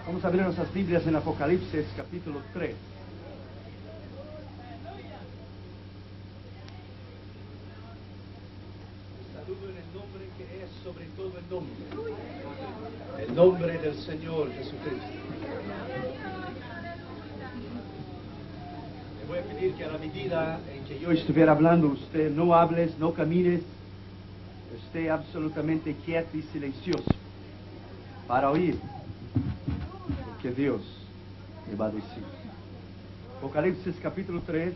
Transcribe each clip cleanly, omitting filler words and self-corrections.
Vamos a abrir nuestras Biblias en Apocalipsis capítulo 3. Saludo en el nombre que es sobre todo el nombre. El nombre del Señor Jesucristo. Le voy a pedir que a la medida en que yo estuviera hablando, usted no hables, no camines, esté absolutamente quieto y silencioso para oír lo que Dios me va a decir. Apocalipsis capítulo 3,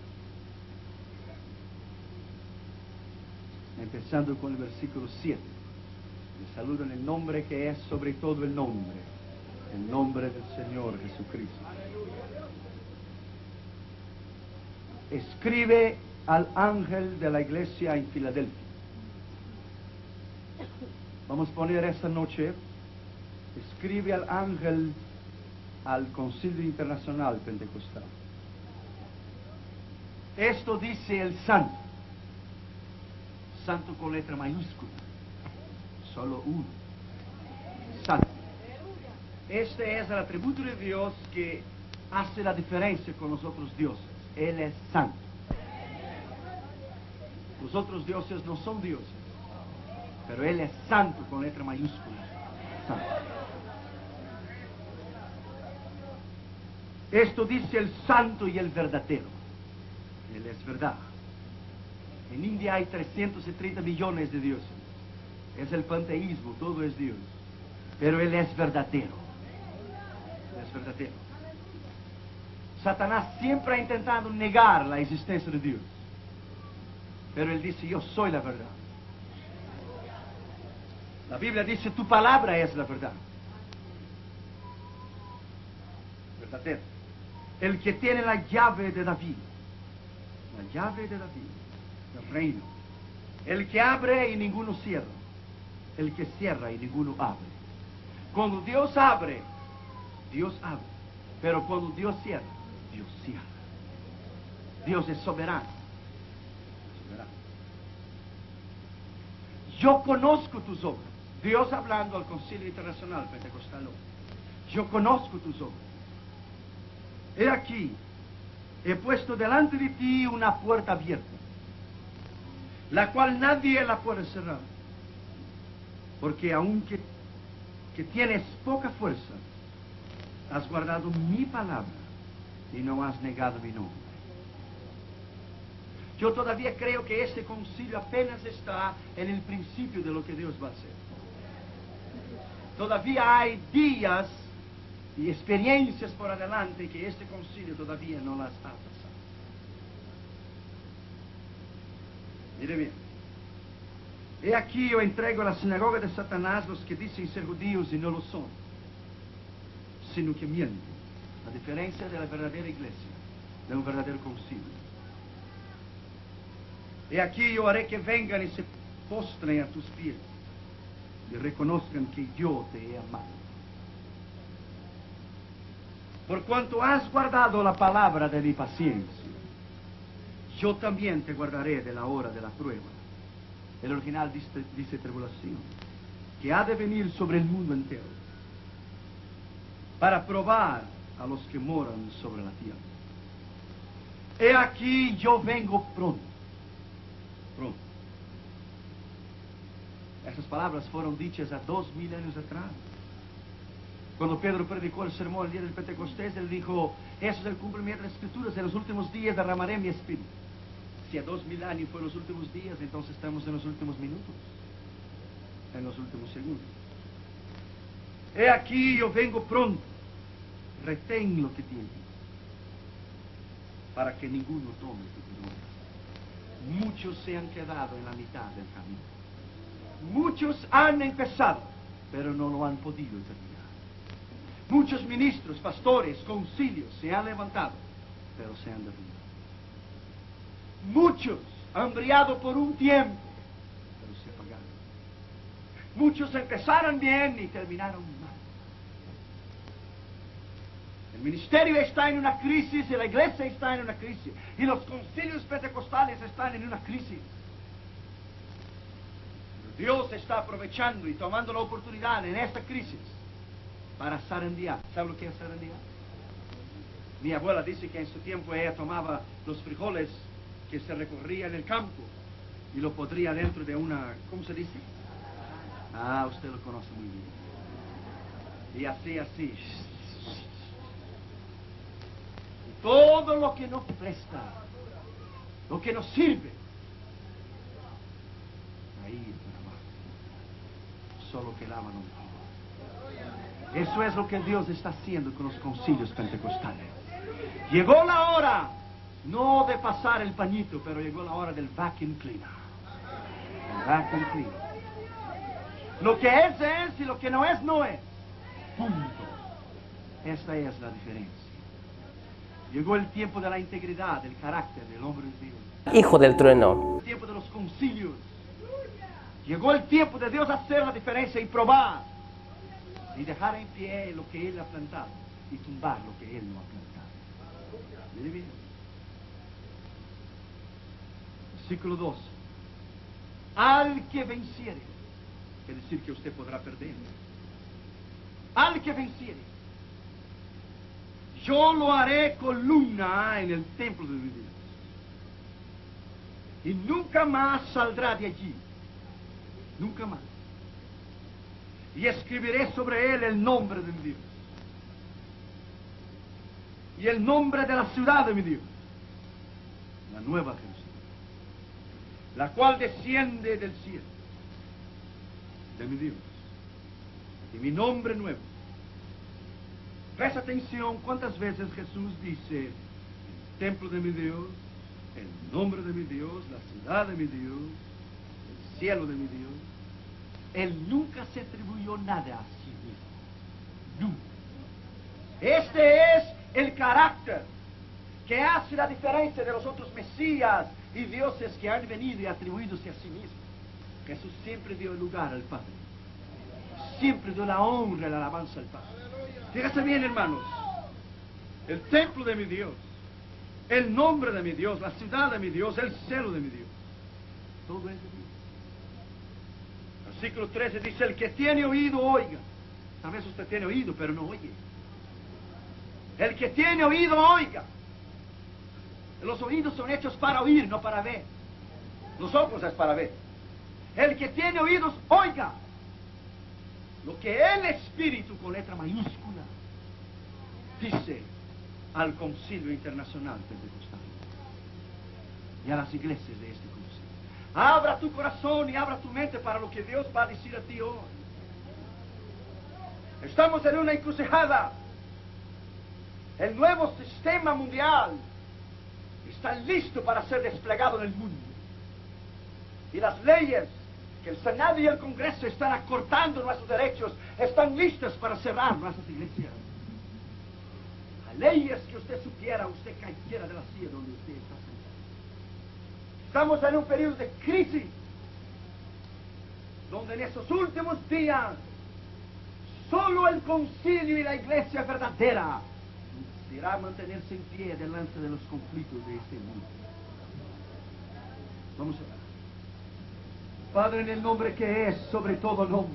empezando con el versículo 7. Le saludo en el nombre que es sobre todo el nombre del Señor Jesucristo. Escribe al ángel de la iglesia en Filadelfia. Vamos a poner esta noche, escribe al ángel al Concilio Internacional Pentecostal. Esto dice el santo, santo con letra mayúscula, solo uno, santo. Este es el atributo de Dios que hace la diferencia con los otros dioses. Él es santo. Los otros dioses no son dioses, pero Él es santo con letra mayúscula, santo. Esto dice el santo y el verdadero. Él es verdad. En India hay 330 millones de dioses. Es el panteísmo, todo es Dios. Pero Él es verdadero. Él es verdadero. Satanás siempre ha intentado negar la existencia de Dios. Pero Él dice, yo soy la verdad. La Biblia dice, tu palabra es la verdad. Verdadero. El que tiene la llave de David. La llave de David. Del reino. El que abre y ninguno cierra. El que cierra y ninguno abre. Cuando Dios abre, Dios abre. Pero cuando Dios cierra, Dios cierra. Dios es soberano. Soberano. Yo conozco tus obras. Dios hablando al Concilio Internacional Pentecostal. Yo conozco tus obras. He aquí, he puesto delante de ti una puerta abierta, la cual nadie la puede cerrar, porque aunque tienes poca fuerza, has guardado mi palabra y no has negado mi nombre. Yo todavía creo que este concilio apenas está en el principio de lo que Dios va a hacer. Todavía hay días y experiencias por adelante que este concilio todavía no las ha pasado. Mire bien. He aquí yo entrego a la sinagoga de Satanás los que dicen ser judíos y no lo son, sino que mienten, a diferencia de la verdadera iglesia, de un verdadero concilio. He aquí yo haré que vengan y se postren a tus pies y reconozcan que yo te he amado. Por cuanto has guardado la palabra de mi paciencia, yo también te guardaré de la hora de la prueba. El original dice tribulación, que ha de venir sobre el mundo entero, para probar a los que moran sobre la tierra. He aquí yo vengo pronto. Pronto. Esas palabras fueron dichas a 2000 años atrás. Cuando Pedro predicó el sermón el día del Pentecostés, él dijo, eso es el cumplimiento de las Escrituras, en los últimos días derramaré mi espíritu. Si a 2000 años fue los últimos días, entonces estamos en los últimos minutos, en los últimos segundos. He aquí yo vengo pronto, retén lo que tienes, para que ninguno tome tu gloria. Muchos se han quedado en la mitad del camino. Muchos han empezado, pero no lo han podido terminar. Muchos ministros, pastores, concilios se han levantado, pero se han derrumbado. Muchos han brillado por un tiempo, pero se apagaron. Muchos empezaron bien y terminaron mal. El ministerio está en una crisis y la iglesia está en una crisis. Y los concilios pentecostales están en una crisis. Pero Dios está aprovechando y tomando la oportunidad en esta crisis para zarandear. ¿Sabe lo que es zarandear? Mi abuela dice que en su tiempo ella tomaba los frijoles que se recorría en el campo y lo podría dentro de una, ¿cómo se dice? Ah, usted lo conoce muy bien. Y así. Y todo lo que no presta, lo que no sirve, ahí para abajo, solo quedaban un poco. Eso es lo que Dios está haciendo con los concilios pentecostales. Llegó la hora, no de pasar el pañito, pero llegó la hora del vacuum cleaner. El vacuum cleaner. Lo que es y lo que no es, no es. Punto. Esta es la diferencia. Llegó el tiempo de la integridad, del carácter del hombre de Dios. Hijo del trueno. El tiempo de los concilios. Llegó el tiempo de Dios hacer la diferencia y probar. Y dejar en pie lo que Él ha plantado y tumbar lo que Él no ha plantado. Mire bien. Versículo 2. Al que venciere. Quiere decir que usted podrá perder. Al que venciere, yo lo haré columna en el templo de mi Dios. Y nunca más saldrá de allí. Nunca más. Y escribiré sobre él el nombre de mi Dios. Y el nombre de la ciudad de mi Dios. La nueva Jerusalén. La cual desciende del cielo. De mi Dios. Y mi nombre nuevo. Presta atención cuántas veces Jesús dice el templo de mi Dios, el nombre de mi Dios, la ciudad de mi Dios, el cielo de mi Dios. Él nunca se atribuyó nada a sí mismo. Nunca. Este es el carácter que hace la diferencia de los otros mesías y dioses que han venido y atribuídose a sí mismos. Jesús siempre dio lugar al Padre. Siempre dio la honra y la alabanza al Padre. Fíjese bien, hermanos. El templo de mi Dios, el nombre de mi Dios, la ciudad de mi Dios, el cielo de mi Dios. Todo es de Dios. Versículo 13 dice, el que tiene oído, oiga. Tal vez usted tiene oído, pero no oye. El que tiene oído, oiga. Los oídos son hechos para oír, no para ver. Los ojos es para ver. El que tiene oídos, oiga. Lo que el Espíritu, con letra mayúscula, dice al Concilio Internacional Pentecostal y a las iglesias de este concilio. Abra tu corazón y abra tu mente para lo que Dios va a decir a ti hoy. Estamos en una encrucijada. El nuevo sistema mundial está listo para ser desplegado en el mundo. Y las leyes que el Senado y el Congreso están acortando nuestros derechos están listas para cerrar nuestras iglesias. Hay leyes que usted supiera, usted cayera de la silla donde usted está sentado. Estamos en un periodo de crisis, donde en estos últimos días solo el concilio y la iglesia verdadera irá a mantenerse en pie delante de los conflictos de este mundo. Vamos a ver. Padre, en el nombre que es sobre todo nombre,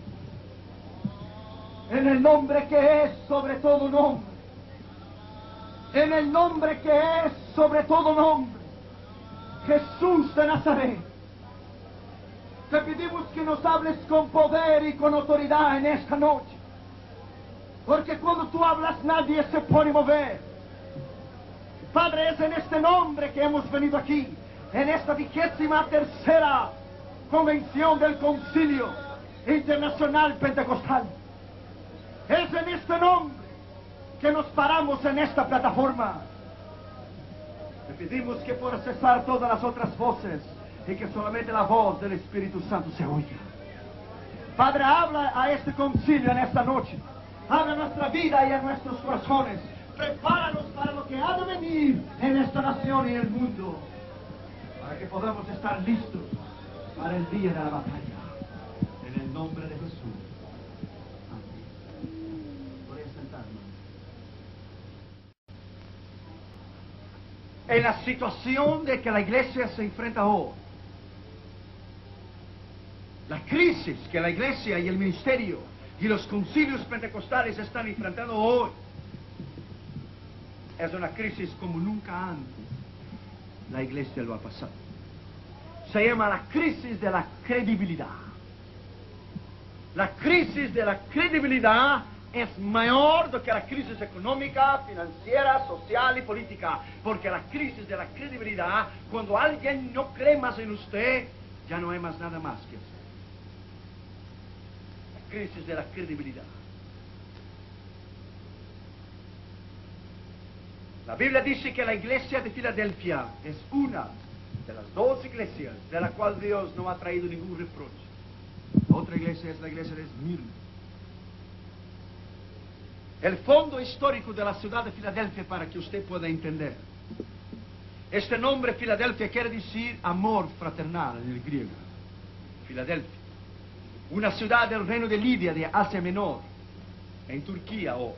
en el nombre que es sobre todo nombre, en el nombre que es sobre todo nombre, Jesús de Nazaret, te pedimos que nos hables con poder y con autoridad en esta noche, porque cuando tú hablas nadie se puede mover. Padre, es en este nombre que hemos venido aquí, en esta 23ª Convención del Concilio Internacional Pentecostal. Es en este nombre que nos paramos en esta plataforma. Te pedimos que puedas cesar todas las otras voces y que solamente la voz del Espíritu Santo se oiga. Padre, habla a este concilio en esta noche. Habla a nuestra vida y a nuestros corazones. Prepáranos para lo que ha de venir en esta nación y en el mundo, para que podamos estar listos para el día de la batalla. En el nombre de Jesús. Amén. Voy a sentarme. En la situación de que la iglesia se enfrenta hoy, la crisis que la iglesia y el ministerio y los concilios pentecostales están enfrentando hoy es una crisis como nunca antes la iglesia lo ha pasado. Se llama la crisis de la credibilidad. La crisis de la credibilidad es mayor do que la crisis económica, financiera, social y política. Porque la crisis de la credibilidad, cuando alguien no cree más en usted, ya no hay más nada más que hacer. La crisis de la credibilidad. La Biblia dice que la iglesia de Filadelfia es una de las dos iglesias de la cual Dios no ha traído ningún reproche. La otra iglesia es la iglesia de Esmirna. El fondo histórico de la ciudad de Filadelfia, para que usted pueda entender. Este nombre Filadelfia quiere decir amor fraternal en el griego. Filadelfia. Una ciudad del reino de Lidia, de Asia Menor, en Turquía hoy.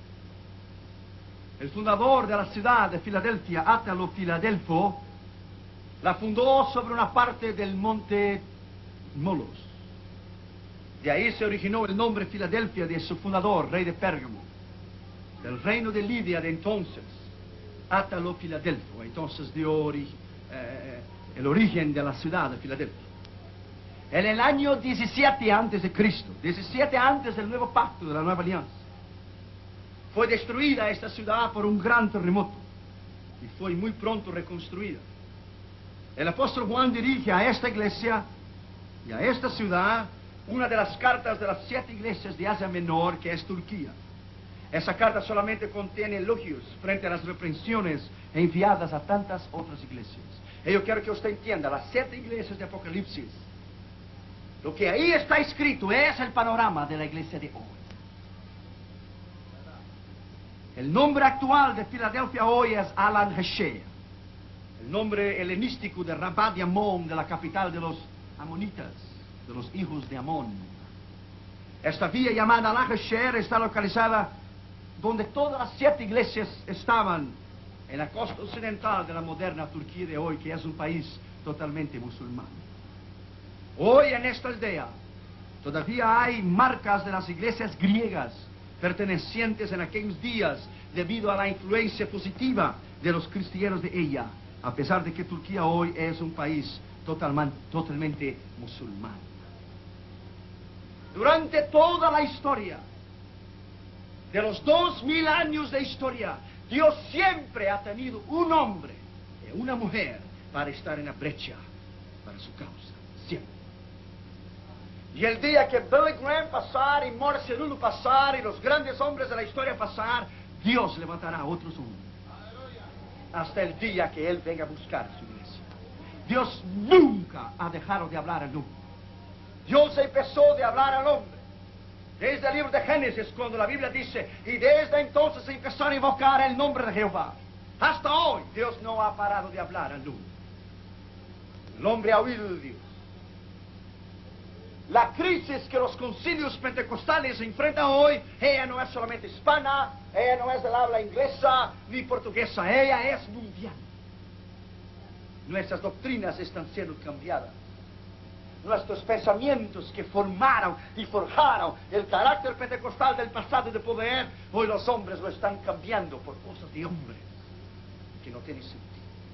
El fundador de la ciudad de Filadelfia, Átalo Filadelfo, la fundó sobre una parte del monte Molos. De ahí se originó el nombre Filadelfia de su fundador, rey de Pérgamo, del reino de Lidia de entonces, Átalo Filadelfo. Entonces dio el origen de la ciudad de Filadelfia. En el año 17 antes de Cristo, 17 antes del nuevo pacto, de la nueva alianza, fue destruida esta ciudad por un gran terremoto y fue muy pronto reconstruida. El apóstol Juan dirige a esta iglesia y a esta ciudad una de las cartas de las 7 iglesias de Asia Menor, que es Turquía. Esa carta solamente contiene elogios frente a las reprensiones enviadas a tantas otras iglesias. Y yo quiero que usted entienda, las 7 iglesias de Apocalipsis, lo que ahí está escrito es el panorama de la iglesia de hoy. El nombre actual de Filadelfia hoy es Alan Heshe, el nombre helenístico de Rabat de Amón, de la capital de los amonitas, de los hijos de Amón. Esta vía llamada Alan Heshe está localizada donde todas las 7 iglesias estaban, en la costa occidental de la moderna Turquía de hoy, que es un país totalmente musulmán. Hoy en esta aldea todavía hay marcas de las iglesias griegas pertenecientes en aquellos días debido a la influencia positiva de los cristianos de ella, a pesar de que Turquía hoy es un país totalmente musulmán. Durante toda la historia, de los 2000 años de historia, Dios siempre ha tenido un hombre y una mujer para estar en la brecha para su causa, siempre. Y el día que Billy Graham pasar y Morris Cerullo pasar y los grandes hombres de la historia pasar, Dios levantará a otros hombres. Hasta el día que Él venga a buscar a su iglesia. Dios nunca ha dejado de hablar al hombre. Dios empezó de hablar al hombre desde el libro de Génesis, cuando la Biblia dice, y desde entonces empezó a invocar el nombre de Jehová. Hasta hoy Dios no ha parado de hablar al hombre. El hombre ha oído de Dios. La crisis que los concilios pentecostales enfrentan hoy, ella no es solamente hispana, ella no es del habla inglesa ni portuguesa, ella es mundial. Nuestras doctrinas están siendo cambiadas. Nuestros pensamientos que formaron y forjaron el carácter pentecostal del pasado de poder, hoy los hombres lo están cambiando por cosas de hombres que no tienen sentido.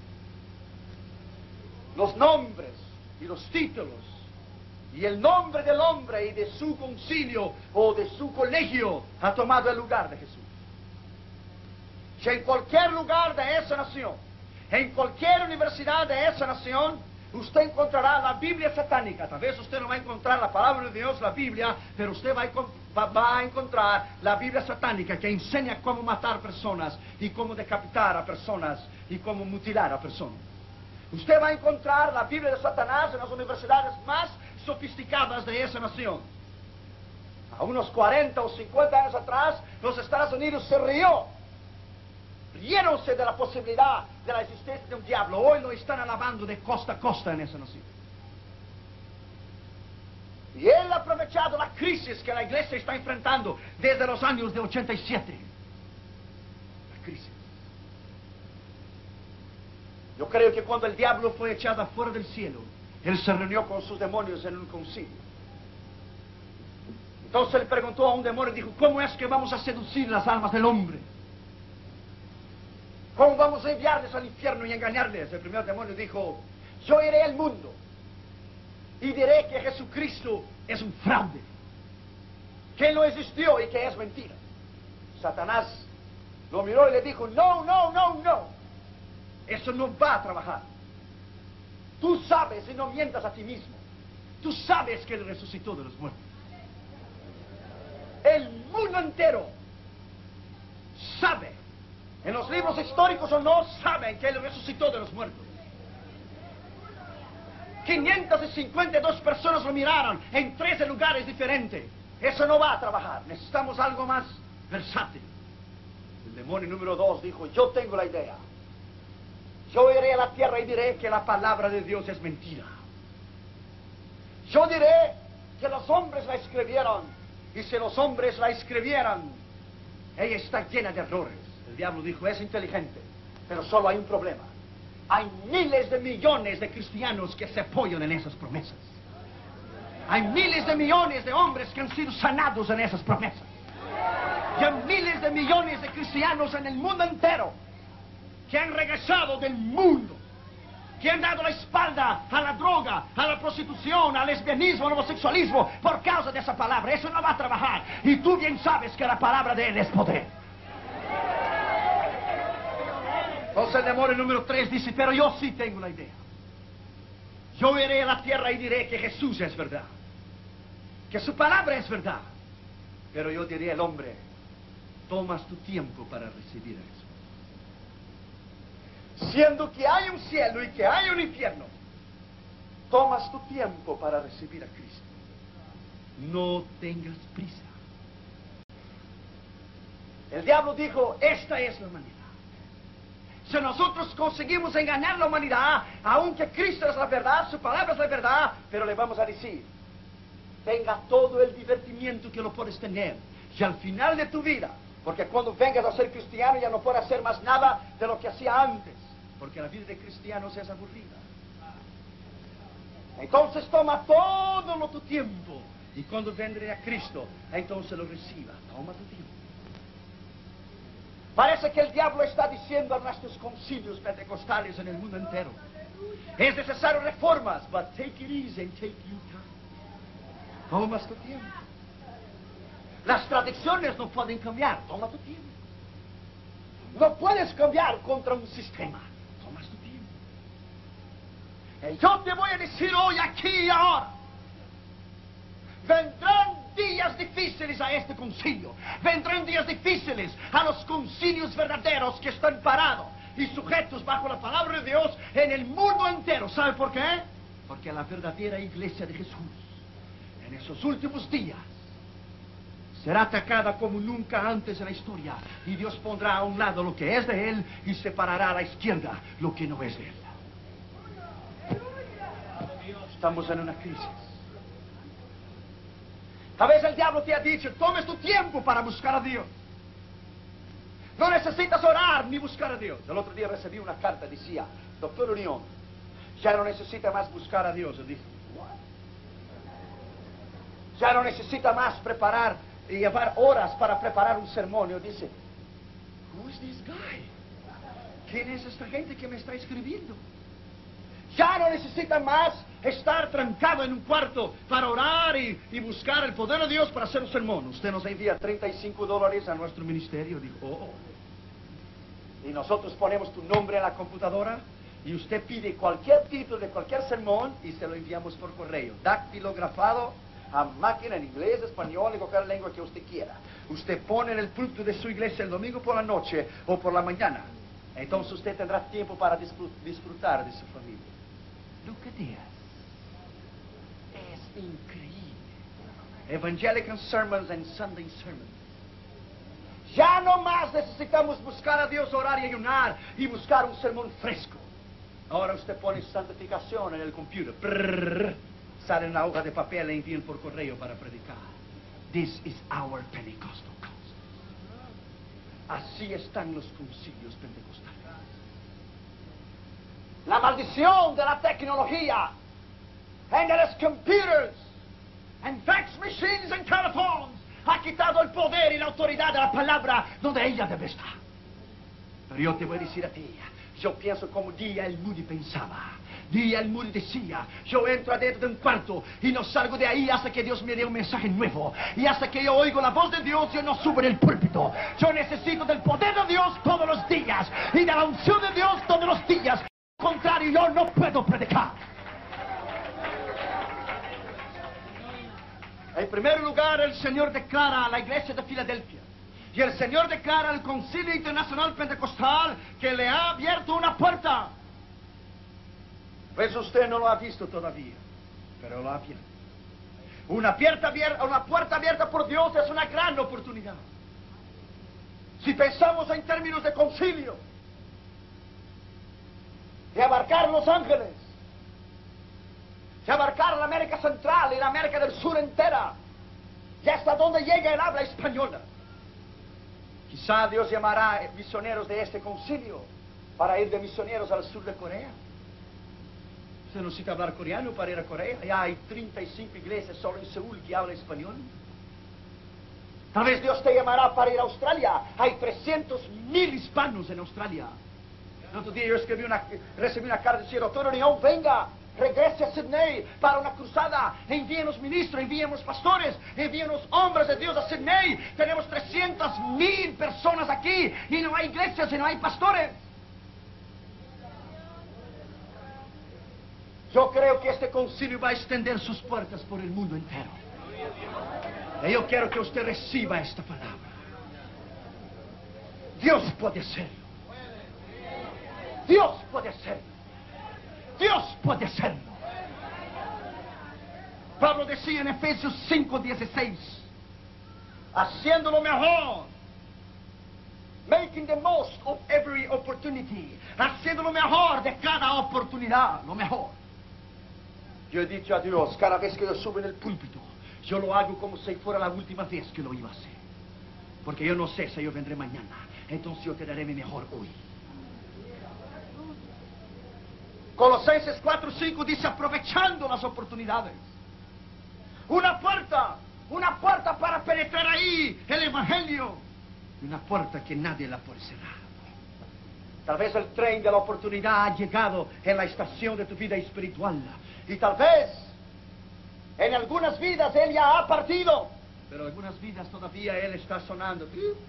Los nombres y los títulos y el nombre del hombre y de su concilio o de su colegio ha tomado el lugar de Jesús. Si en cualquier lugar de esa nación, en cualquier universidad de esa nación, usted encontrará la Biblia satánica. Tal vez usted no va a encontrar la palabra de Dios, la Biblia, pero usted va a encontrar la Biblia satánica que enseña cómo matar personas y cómo decapitar a personas y cómo mutilar a personas. Usted va a encontrar la Biblia de Satanás en las universidades más sofisticadas de esa nación. A unos 40 o 50 años atrás, los Estados Unidos se riéronse de la posibilidad de la existencia de un diablo. Hoy lo están alabando de costa a costa en esa nación. Y él ha aprovechado la crisis que la iglesia está enfrentando desde los años de 87. La crisis. Yo creo que cuando el diablo fue echado afuera del cielo, él se reunió con sus demonios en un concilio. Entonces le preguntó a un demonio y dijo, ¿cómo es que vamos a seducir las almas del hombre? ¿Cómo vamos a enviarles al infierno y engañarles? El primer demonio dijo, yo iré al mundo y diré que Jesucristo es un fraude, que no existió y que es mentira. Satanás lo miró y le dijo, no, eso no va a trabajar. Tú sabes y no mientas a ti mismo. Tú sabes que Él resucitó de los muertos. El mundo entero sabe, en los libros históricos o no, saben que Él resucitó de los muertos. 552 personas lo miraron en 13 lugares diferentes. Eso no va a trabajar. Necesitamos algo más versátil. El demonio número 2 dijo, yo tengo la idea. Yo iré a la tierra y diré que la palabra de Dios es mentira. Yo diré que los hombres la escribieron. Y si los hombres la escribieran, ella está llena de errores. El diablo dijo, es inteligente, pero solo hay un problema. Hay miles de millones de cristianos que se apoyan en esas promesas. Hay miles de millones de hombres que han sido sanados en esas promesas. Y hay miles de millones de cristianos en el mundo entero que han regresado del mundo, que han dado la espalda a la droga, a la prostitución, al lesbianismo, al homosexualismo, por causa de esa palabra. Eso no va a trabajar. Y tú bien sabes que la palabra de Él es poder. Entonces el demonio número 3 dice, pero yo sí tengo la idea. Yo iré a la tierra y diré que Jesús es verdad, que su palabra es verdad. Pero yo diré al hombre, tomas tu tiempo para recibir eso. Siendo que hay un cielo y que hay un infierno, tomas tu tiempo para recibir a Cristo. No tengas prisa. El diablo dijo, esta es la manera. Si nosotros conseguimos engañar a la humanidad, aunque Cristo es la verdad, su palabra es la verdad, pero le vamos a decir, tenga todo el divertimiento que lo puedes tener. Y al final de tu vida, porque cuando vengas a ser cristiano ya no puedes hacer más nada de lo que hacía antes, porque la vida de cristianos es aburrida. Entonces toma todo tu tiempo, y cuando vendré a Cristo, entonces lo reciba. Toma tu tiempo. Parece que el diablo está diciendo a nuestros concilios pentecostales en el mundo entero, es necesario reformas, but take it easy and take your time. Tomas tu tiempo. Las tradiciones no pueden cambiar, toma tu tiempo. No puedes cambiar contra un sistema, tomas tu tiempo. Y yo te voy a decir hoy, aquí y ahora, vendrán días difíciles a este concilio. Vendrán días difíciles a los concilios verdaderos que están parados y sujetos bajo la palabra de Dios en el mundo entero. ¿Sabe por qué? Porque la verdadera iglesia de Jesús en esos últimos días será atacada como nunca antes en la historia, y Dios pondrá a un lado lo que es de Él y separará a la izquierda lo que no es de Él. Estamos en una crisis. Tal vez el diablo te ha dicho, tomes tu tiempo para buscar a Dios. No necesitas orar ni buscar a Dios. El otro día recibí una carta, decía, Doctor Unión, ya no necesita más buscar a Dios. Yo dije, ¿what? Ya no necesita más preparar y llevar horas para preparar un sermón. Yo dice, who is this guy? ¿Quién es esta gente que me está escribiendo? Ya no necesita más estar trancado en un cuarto para orar y buscar el poder de Dios para hacer un sermón. Usted nos envía $35 a nuestro ministerio. Dijo, oh. Y nosotros ponemos tu nombre en la computadora y usted pide cualquier título de cualquier sermón y se lo enviamos por correo. Dactilografado a máquina en inglés, español y cualquier lengua que usted quiera. Usted pone en el púlpito de su iglesia el domingo por la noche o por la mañana. Entonces usted tendrá tiempo para disfrutar de su familia. Look at this. Es increíble. Evangelical sermons and Sunday sermons. Ya no más necesitamos buscar a Dios, orar y ayunar y buscar un sermón fresco. Ahora usted pone santificación en el computer. Prrr, sale una hoja de papel e envían por correo para predicar. This is our Pentecostal gospel. Así están los concilios pentecostales. La maldición de la tecnología and de los computers and fax machines and telephones. Ha quitado el poder y la autoridad de la palabra donde ella debe estar. Pero yo te voy a decir a ti, yo pienso como D.L. Moody pensaba. D.L. Moody decía, yo entro adentro de un cuarto y no salgo de ahí hasta que Dios me dé un mensaje nuevo. Y hasta que yo oigo la voz de Dios, yo no subo en el púlpito. Yo necesito del poder de Dios todos los días y de la unción de Dios todos los días. Al contrario, yo no puedo predicar. En primer lugar, el Señor declara a la iglesia de Filadelfia y el Señor declara al Concilio Internacional Pentecostal que le ha abierto una puerta. Pues usted no lo ha visto todavía, pero lo ha abierto. Una puerta abierta por Dios es una gran oportunidad. Si pensamos en términos de concilio, de abarcar Los Ángeles, de abarcar la América Central y la América del Sur entera, y hasta donde llega el habla española. Quizá Dios llamará misioneros de este concilio para ir de misioneros al sur de Corea. Usted no necesita hablar coreano para ir a Corea. Ya hay 35 iglesias solo en Seúl que hablan español. Tal vez Dios te llamará para ir a Australia. Hay 300,000 hispanos en Australia. El otro día yo recibí una carta diciendo, Doctor Orión, venga, regrese a Sydney para una cruzada. Envíenos ministros, envíenos pastores, envíenos hombres de Dios a Sydney. Tenemos 300,000 personas aquí y no hay iglesias y no hay pastores. Yo creo que este concilio va a extender sus puertas por el mundo entero. Y yo quiero que usted reciba esta palabra. Dios puede hacerlo. Dios puede hacerlo. Dios puede hacerlo. Pablo decía en Efesios 5:16, haciendo lo mejor, making the most of every opportunity, haciendo lo mejor de cada oportunidad, lo mejor. Yo he dicho a Dios, cada vez que yo subo en el púlpito, yo lo hago como si fuera la última vez que lo iba a hacer. Porque yo no sé si yo vendré mañana. Entonces yo te daré mi mejor hoy. Colosenses 4:5 dice, aprovechando las oportunidades. Una puerta para penetrar ahí el Evangelio. Y una puerta que nadie la puede cerrar. Tal vez el tren de la oportunidad ha llegado en la estación de tu vida espiritual. Y tal vez en algunas vidas Él ya ha partido, pero en algunas vidas todavía Él está sonando.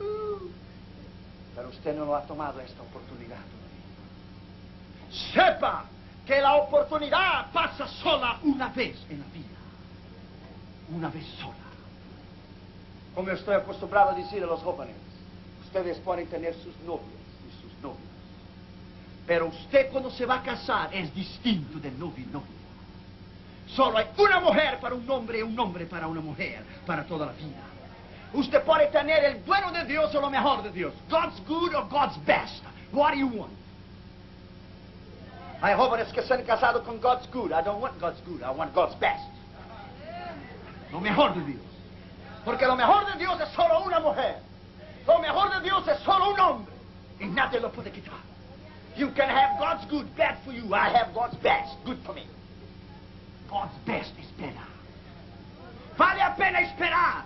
Pero usted no lo ha tomado esta oportunidad todavía. Sepa que la oportunidad pasa sola una vez en la vida. Una vez sola. Como yo estoy acostumbrado a decir a los jóvenes, ustedes pueden tener sus novias y sus novios, pero usted cuando se va a casar es distinto del novio y novia. Solo hay una mujer para un hombre y un hombre para una mujer, para toda la vida. Usted puede tener el bueno de Dios o lo mejor de Dios. God's good or God's best. What do you want? Hay jóvenes que se han casado con God's good. I don't want God's good, I want God's best. Lo mejor de Dios. Porque lo mejor de Dios es solo una mujer. Lo mejor de Dios es solo un hombre. Y nadie lo puede quitar. You can have God's good, bad for you. I have God's best, good for me. God's best espera. Vale la pena esperar.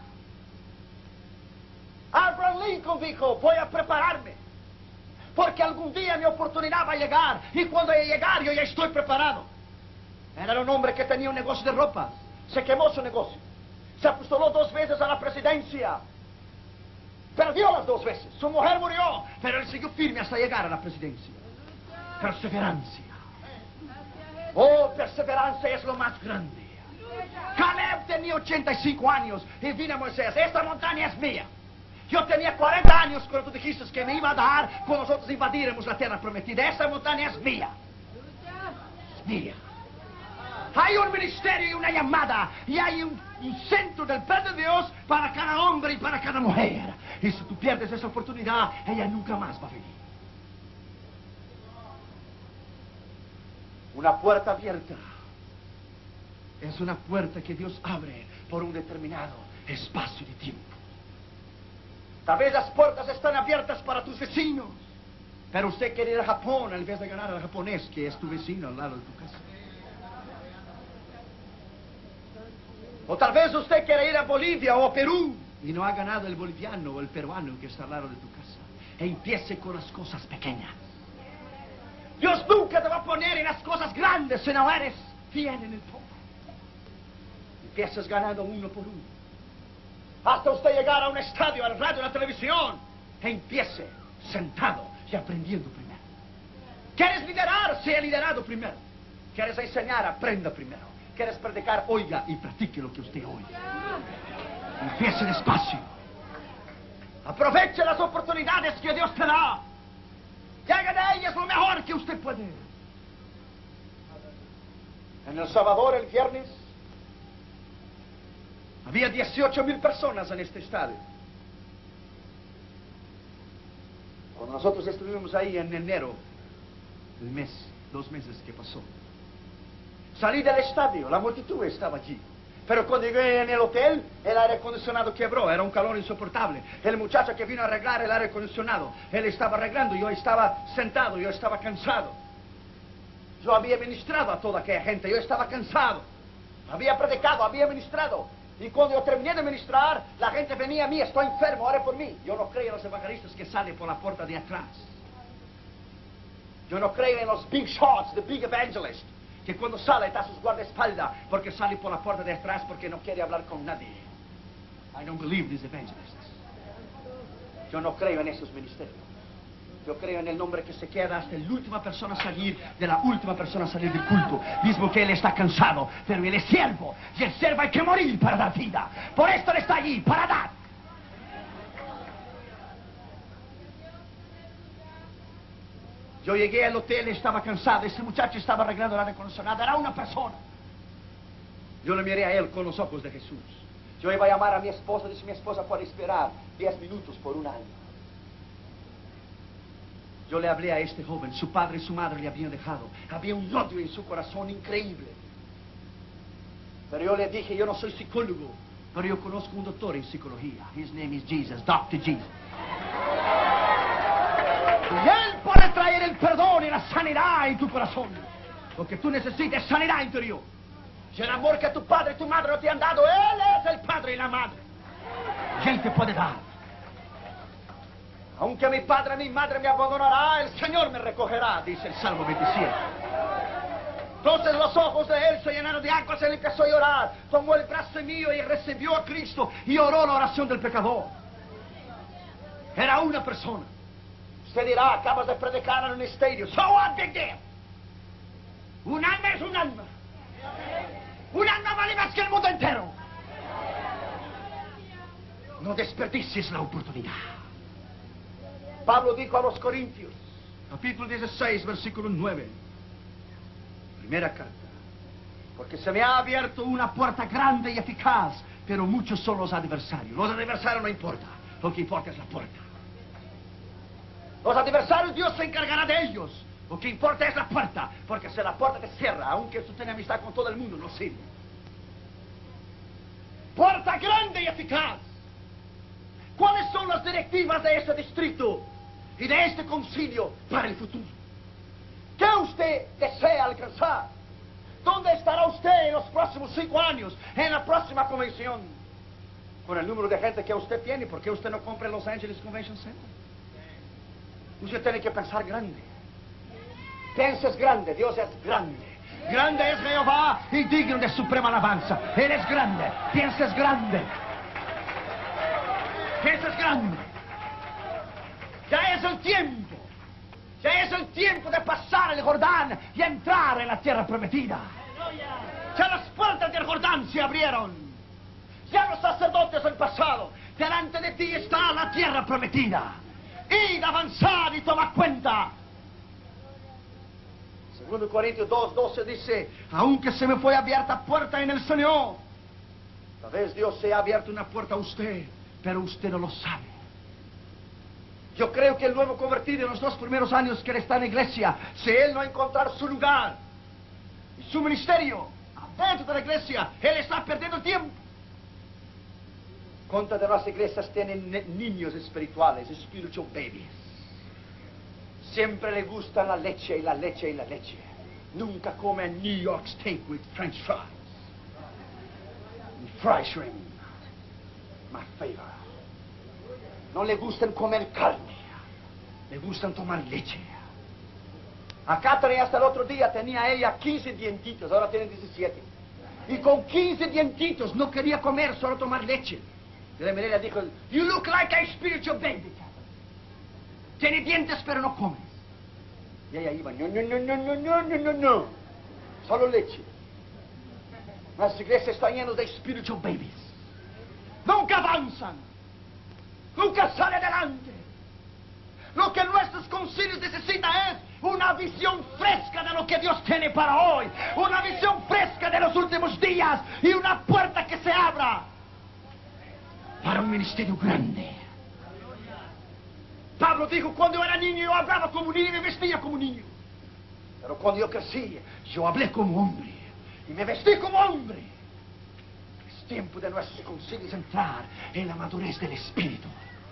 Abraham Lincoln dijo, voy a prepararme, porque algún día mi oportunidad va a llegar, y cuando llegar yo ya estoy preparado. Era un hombre que tenía un negocio de ropas. Se quemó su negocio. Se postuló 2 veces a la presidencia. Perdió las 2 veces. Su mujer murió, pero él siguió firme hasta llegar a la presidencia. Perseverancia. Oh, perseverancia es lo más grande. Caleb tenía 85 años y vino a Moisés, esta montaña es mía. Yo tenía 40 años cuando tú dijiste que me iba a dar cuando nosotros invadiéramos la tierra prometida. Esta montaña es mía. Es mía. Hay un ministerio y una llamada, y hay un centro del plan de Dios para cada hombre y para cada mujer. Y si tú pierdes esa oportunidad, ella nunca más va a venir. Una puerta abierta es una puerta que Dios abre por un determinado espacio de tiempo. Tal vez las puertas están abiertas para tus vecinos, pero usted quiere ir a Japón en vez de ganar al japonés, que es tu vecino al lado de tu casa. O tal vez usted quiere ir a Bolivia o a Perú y no ha ganado el boliviano o el peruano que está al lado de tu casa. Empiece con las cosas pequeñas. Dios nunca te va a poner en las cosas grandes si no eres fiel en el poco. Empiezas ganando uno por uno. Hasta usted llegar a un estadio, al radio, a la televisión. Empiece sentado y aprendiendo primero. ¿Quieres liderar? Sea liderado primero. ¿Quieres enseñar? Aprenda primero. ¿Quieres predicar? Oiga y practique lo que usted oye. Empiece despacio. Aproveche las oportunidades que Dios te da. Y haga de ellas lo mejor que usted puede. En El Salvador, el viernes, había 18,000 personas en este estadio. Cuando nosotros estuvimos ahí en enero, el mes, 2 meses que pasó, salí del estadio, la multitud estaba allí. Pero cuando llegué en el hotel, el aire acondicionado quebró, era un calor insoportable. El muchacho que vino a arreglar el aire acondicionado, él estaba arreglando, yo estaba sentado, yo estaba cansado. Yo había ministrado a toda aquella gente, yo estaba cansado. Había predicado, había ministrado. Y cuando yo terminé de ministrar, la gente venía a mí, estoy enfermo, ore por mí. Yo no creo en los evangelistas que salen por la puerta de atrás. Yo no creo en los big shots, the big evangelists, que cuando sale está a sus guardaespaldas porque sale por la puerta de atrás porque no quiere hablar con nadie. I don't believe these evangelists. Yo no creo en esos ministerios. Yo creo en el nombre que se queda hasta la última persona a salir, de la última persona a salir del culto. Mismo que él está cansado, pero él es siervo. Y el siervo hay que morir para dar vida. Por esto él está allí, para dar. Yo llegué al hotel, estaba cansado. Ese muchacho estaba arreglando el aire acondicionado. Era una persona. Yo le miré a él con los ojos de Jesús. Yo iba a llamar a mi esposa. Dice, mi esposa puede esperar 10 minutos por un año. Yo le hablé a este joven. Su padre y su madre le habían dejado. Había un odio en su corazón increíble. Pero yo le dije, yo no soy psicólogo, pero yo conozco un doctor en psicología. His name is Jesus, Dr. Jesus. Y él puede traer el perdón y la sanidad en tu corazón. Lo que tú necesitas es sanidad interior. Y el amor que tu padre y tu madre no te han dado, él es el padre y la madre. Y él te puede dar. Aunque mi padre y mi madre me abandonará, el Señor me recogerá, dice el Salmo 27. Entonces los ojos de él se llenaron de aguas, él empezó a llorar. Tomó el brazo mío y recibió a Cristo y oró la oración del pecador. Era una persona. Usted dirá, acabas de predicar en un estadio. So what, big deal? Un alma es un alma. Un alma vale más que el mundo entero. No desperdicies la oportunidad. Pablo dijo a los Corintios, capítulo 16, versículo 9. Primera carta. Porque se me ha abierto una puerta grande y eficaz, pero muchos son los adversarios. Los adversarios no importa. Lo que importa es la puerta. Los adversarios, Dios se encargará de ellos. Lo que importa es la puerta, porque si la puerta te cierra, aunque tú tengas amistad con todo el mundo, no sirve. Puerta grande y eficaz. ¿Cuáles son las directivas de este distrito y de este concilio para el futuro? ¿Qué usted desea alcanzar? ¿Dónde estará usted en los próximos 5 años, en la próxima convención? Con el número de gente que usted tiene, ¿por qué usted no compra el Los Angeles Convention Center? Usted tiene que pensar grande. Pienses grande, Dios es grande. Grande es Jehová y digno de suprema alabanza. Él es grande, pienses grande. Pienses grande. Ya es el tiempo. Ya es el tiempo de pasar el Jordán y entrar en la tierra prometida. Ya las puertas del Jordán se abrieron. Ya los sacerdotes han pasado. Delante de ti está la tierra prometida. Id, avanzar y tomar cuenta. Segundo Corintios 2:12 dice, aunque se me fue abierta puerta en el Señor, tal vez Dios se ha abierto una puerta a usted, pero usted no lo sabe. Yo creo que el nuevo convertido en los 2 primeros años que él está en la iglesia, si él no encontrar su lugar y su ministerio adentro de la iglesia, él está perdiendo tiempo. ¿Cuántas de las iglesias tienen niños espirituales, spiritual babies? Siempre le gusta la leche y la leche y la leche. Nunca comen New York steak with French fries. fry shrimp, my favorite. No le gustan comer carne, le gustan tomar leche. A Catherine hasta el otro día tenía ella 15 dientitos, ahora tiene 17. Y con 15 dientitos no quería comer, solo tomar leche. Y la miré y le dijo, you look like a spiritual baby, Catherine. Tiene dientes pero no comes. Y ella iba, no, solo leche. Las iglesias están llenas de spiritual babies. Nunca avanzan, nunca salen adelante. Lo que nuestros concilios necesitan es una visión fresca de lo que Dios tiene para hoy, una visión fresca de los últimos días y una puerta que se abra para un ministerio grande. Pablo dijo, cuando yo era niño yo hablaba como niño y me vestía como niño. Pero cuando yo crecí, yo hablé como hombre y me vestí como hombre. Es tiempo de nuestros concilios entrar en la madurez del Espíritu.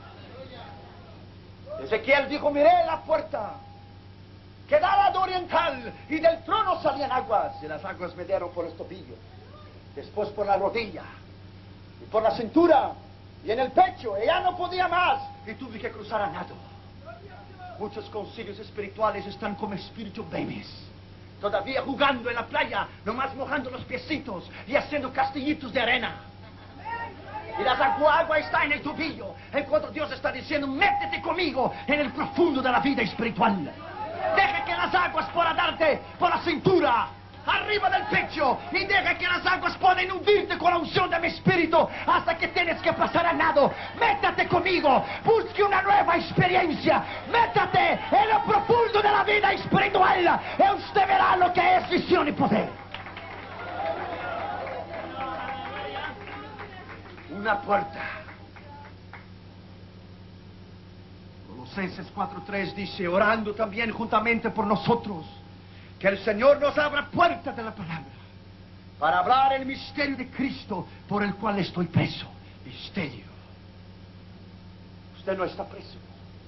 Ezequiel dijo, miré la puerta que daba al oriental y del trono salían aguas y las aguas me dieron por los tobillos, después por la rodilla y por la cintura y en el pecho y ya no podía más y tuve que cruzar a nado. Muchos concilios espirituales están como spiritual babies, todavía jugando en la playa, nomás mojando los piecitos y haciendo castillitos de arena. Y la agua está en el tobillo, en cuanto Dios está diciendo, métete conmigo en el profundo de la vida espiritual. Deja que las aguas puedan darte por la cintura, arriba del pecho, y deja que las aguas puedan hundirte con la unción de mi espíritu hasta que tienes que pasar a nado. Métate conmigo, busque una nueva experiencia, métate en lo profundo de la vida espiritual y usted verá lo que es visión y poder. Una puerta. Colosenses 4:3 dice, orando también juntamente por nosotros, que el Señor nos abra puertas de la palabra, para hablar el misterio de Cristo, por el cual estoy preso. Misterio. Usted no está preso.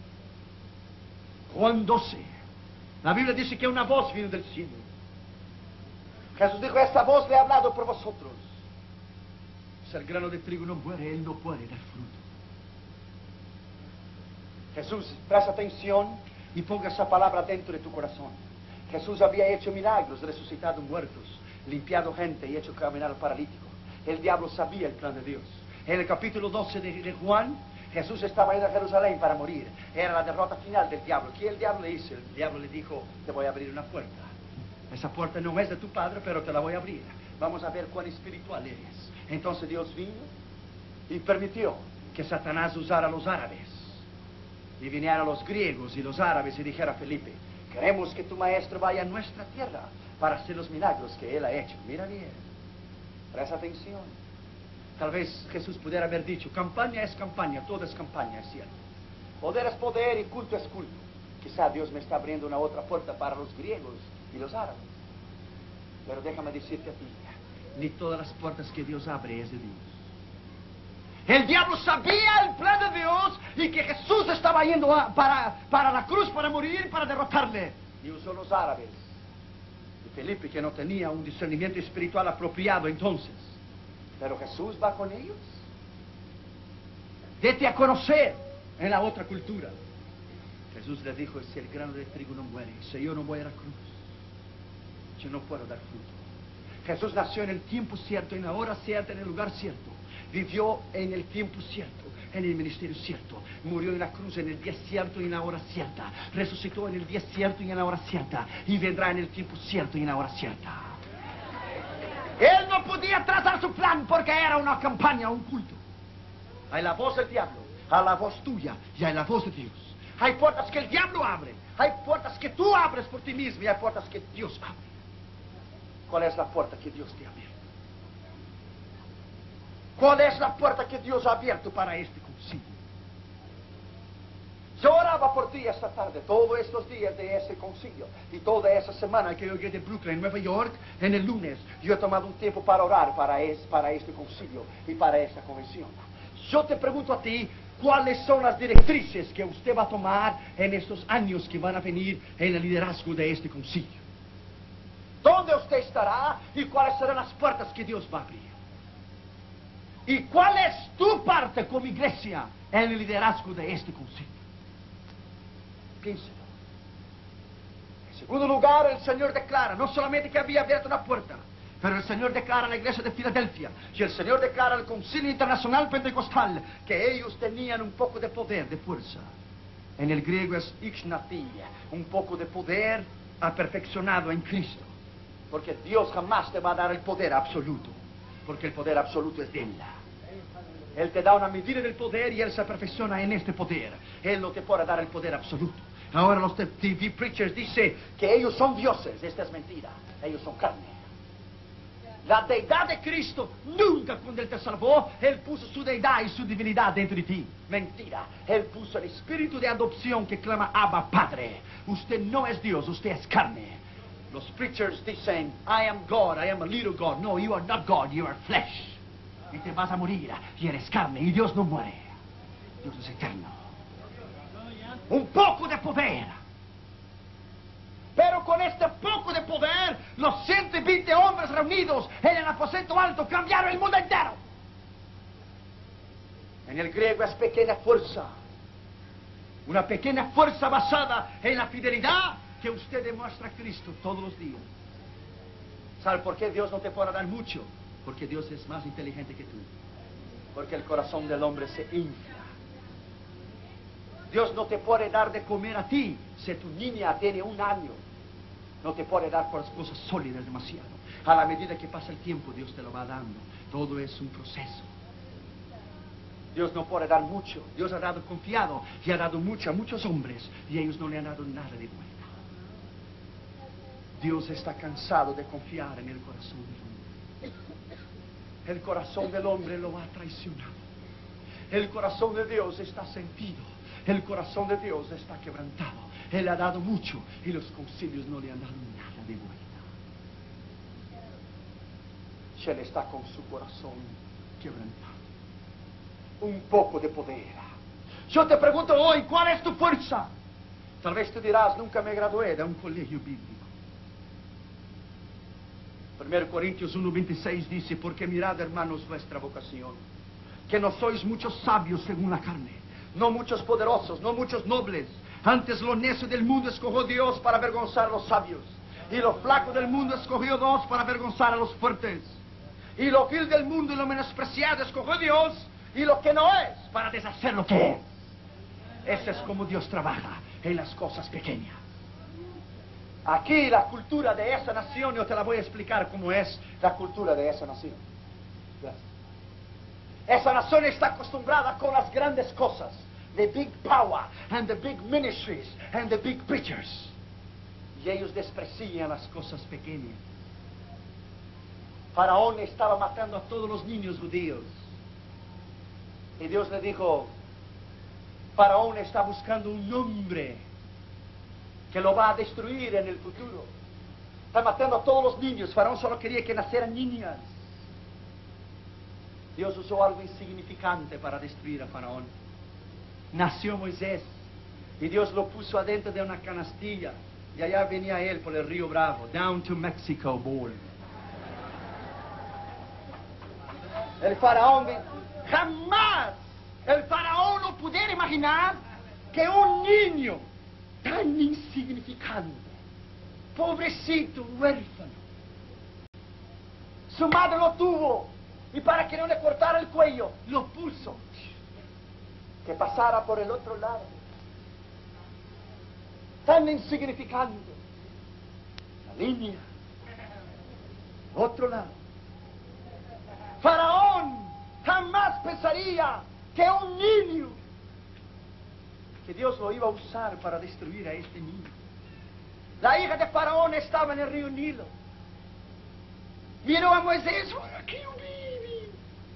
Juan 12. La Biblia dice que una voz vino del cielo. Jesús dijo, esta voz le ha hablado por vosotros. Si el grano de trigo no muere, él no puede dar fruto. Jesús, presta atención y ponga esa palabra dentro de tu corazón. Jesús había hecho milagros, resucitado muertos, limpiado gente y hecho caminar al paralítico. El diablo sabía el plan de Dios. En el capítulo 12 de Juan, Jesús estaba yendo a Jerusalén para morir. Era la derrota final del diablo. ¿Qué el diablo le hizo? El diablo le dijo, te voy a abrir una puerta. Esa puerta no es de tu padre, pero te la voy a abrir. Vamos a ver cuán espiritual eres. Entonces Dios vino y permitió que Satanás usara a los árabes y viniera a los griegos y los árabes y dijera a Felipe, queremos que tu maestro vaya a nuestra tierra para hacer los milagros que él ha hecho. Mira bien, presta atención. Tal vez Jesús pudiera haber dicho, campaña es campaña, todo es campaña, es cierto. Poder es poder y culto es culto. Quizá Dios me está abriendo una otra puerta para los griegos y los árabes. Pero déjame decirte a ti, ni todas las puertas que Dios abre es de Dios. El diablo sabía el plan de Dios y que Jesús estaba yendo para la cruz para morir, para derrotarle. Y usó los árabes. Y Felipe, que no tenía un discernimiento espiritual apropiado entonces. Pero Jesús va con ellos. Dete a conocer en la otra cultura. Jesús le dijo, si el grano de trigo no muere, si yo no voy a la cruz, yo no puedo dar fruto. Jesús nació en el tiempo cierto, en la hora cierta, en el lugar cierto. Vivió en el tiempo cierto, en el ministerio cierto. Murió en la cruz en el día cierto y en la hora cierta. Resucitó en el día cierto y en la hora cierta. Y vendrá en el tiempo cierto y en la hora cierta. Él no podía trazar su plan porque era una campaña, un culto. Hay la voz del diablo, hay la voz tuya y hay la voz de Dios. Hay puertas que el diablo abre, hay puertas que tú abres por ti mismo y hay puertas que Dios abre. ¿Cuál es la puerta que Dios te ha abierto? ¿Cuál es la puerta que Dios ha abierto para este concilio? Yo oraba por ti esta tarde, todos estos días de ese concilio y toda esa semana que yo llegué de Brooklyn, Nueva York, en el lunes. Yo he tomado un tiempo para orar para este concilio y para esta convención. Yo te pregunto a ti, ¿cuáles son las directrices que usted va a tomar en estos años que van a venir en el liderazgo de este concilio? ¿Dónde usted estará y cuáles serán las puertas que Dios va a abrir? ¿Y cuál es tu parte como iglesia en el liderazgo de este concilio? Piénselo. En segundo lugar, el Señor declara no solamente que había abierto una puerta, pero el Señor declara a la iglesia de Filadelfia y el Señor declara al Concilio Internacional Pentecostal que ellos tenían un poco de poder, de fuerza. En el griego es ixnatia, un poco de poder aperfeccionado en Cristo. Porque Dios jamás te va a dar el poder absoluto, porque el poder absoluto es de Él. Él te da una medida del poder y Él se perfecciona en este poder. Él no te puede dar el poder absoluto. Ahora los TV preachers dicen que ellos son dioses. Esta es mentira. Ellos son carne. La deidad de Cristo, nunca cuando Él te salvó, Él puso su deidad y su divinidad dentro de ti. Mentira. Él puso el espíritu de adopción que clama Abba Padre. Usted no es Dios, usted es carne. Los preachers dicen, I am God, I am a little God. No, you are not God, you are flesh. Y te vas a morir, y eres carne, y Dios no muere. Dios es eterno. Un poco de poder. Pero con este poco de poder, los 120 hombres reunidos en el aposento alto cambiaron el mundo entero. En el griego es pequeña fuerza. Una pequeña fuerza basada en la fidelidad que usted demuestra a Cristo todos los días. ¿Sabe por qué Dios no te puede dar mucho? Porque Dios es más inteligente que tú. Porque el corazón del hombre se infla. Dios no te puede dar de comer a ti si tu niña tiene 1 año. No te puede dar por las cosas sólidas demasiado. A la medida que pasa el tiempo, Dios te lo va dando. Todo es un proceso. Dios no puede dar mucho. Dios ha dado confiado y ha dado mucho a muchos hombres y ellos no le han dado nada de vuelta. Dios está cansado de confiar en el corazón del hombre. El corazón del hombre lo ha traicionado. El corazón de Dios está sentido. El corazón de Dios está quebrantado. Él ha dado mucho y los concilios no le han dado nada de vuelta. Y Él está con su corazón quebrantado. Un poco de poder. Yo te pregunto hoy, ¿cuál es tu fuerza? Tal vez tú dirás, nunca me gradué de un colegio bíblico. 1 Corintios 1:26 dice, porque mirad, hermanos, vuestra vocación, que no sois muchos sabios según la carne, no muchos poderosos, no muchos nobles. Antes lo necio del mundo escogió Dios para avergonzar a los sabios, y lo flaco del mundo escogió Dios para avergonzar a los fuertes. Y lo vil del mundo y lo menospreciado escogió Dios, y lo que no es, para deshacer lo que es. Ese es como Dios trabaja en las cosas pequeñas. Aquí la cultura de esa nación, yo te la voy a explicar cómo es la cultura de esa nación. Gracias. Esa nación está acostumbrada con las grandes cosas, the big power, and the big ministries, and the big preachers. Y ellos desprecian las cosas pequeñas. Faraón estaba matando a todos los niños judíos. Y Dios le dijo, Faraón está buscando un hombre que lo va a destruir en el futuro. Está matando a todos los niños. Faraón solo quería que nacieran niñas. Dios usó algo insignificante para destruir a Faraón. Nació Moisés y Dios lo puso adentro de una canastilla y allá venía él por el río Bravo, down to Mexico, boy. El Faraón, jamás el Faraón no pudiera imaginar que un niño tan insignificante, pobrecito, huérfano, su madre lo tuvo y para que no le cortara el cuello, lo puso que pasara por el otro lado. Tan insignificante. La línea. Otro lado. Faraón jamás pensaría que un niño, que Dios lo iba a usar para destruir a este niño. La hija de Faraón estaba en el río Nilo. Miró a Moisés, oh, aquí un baby.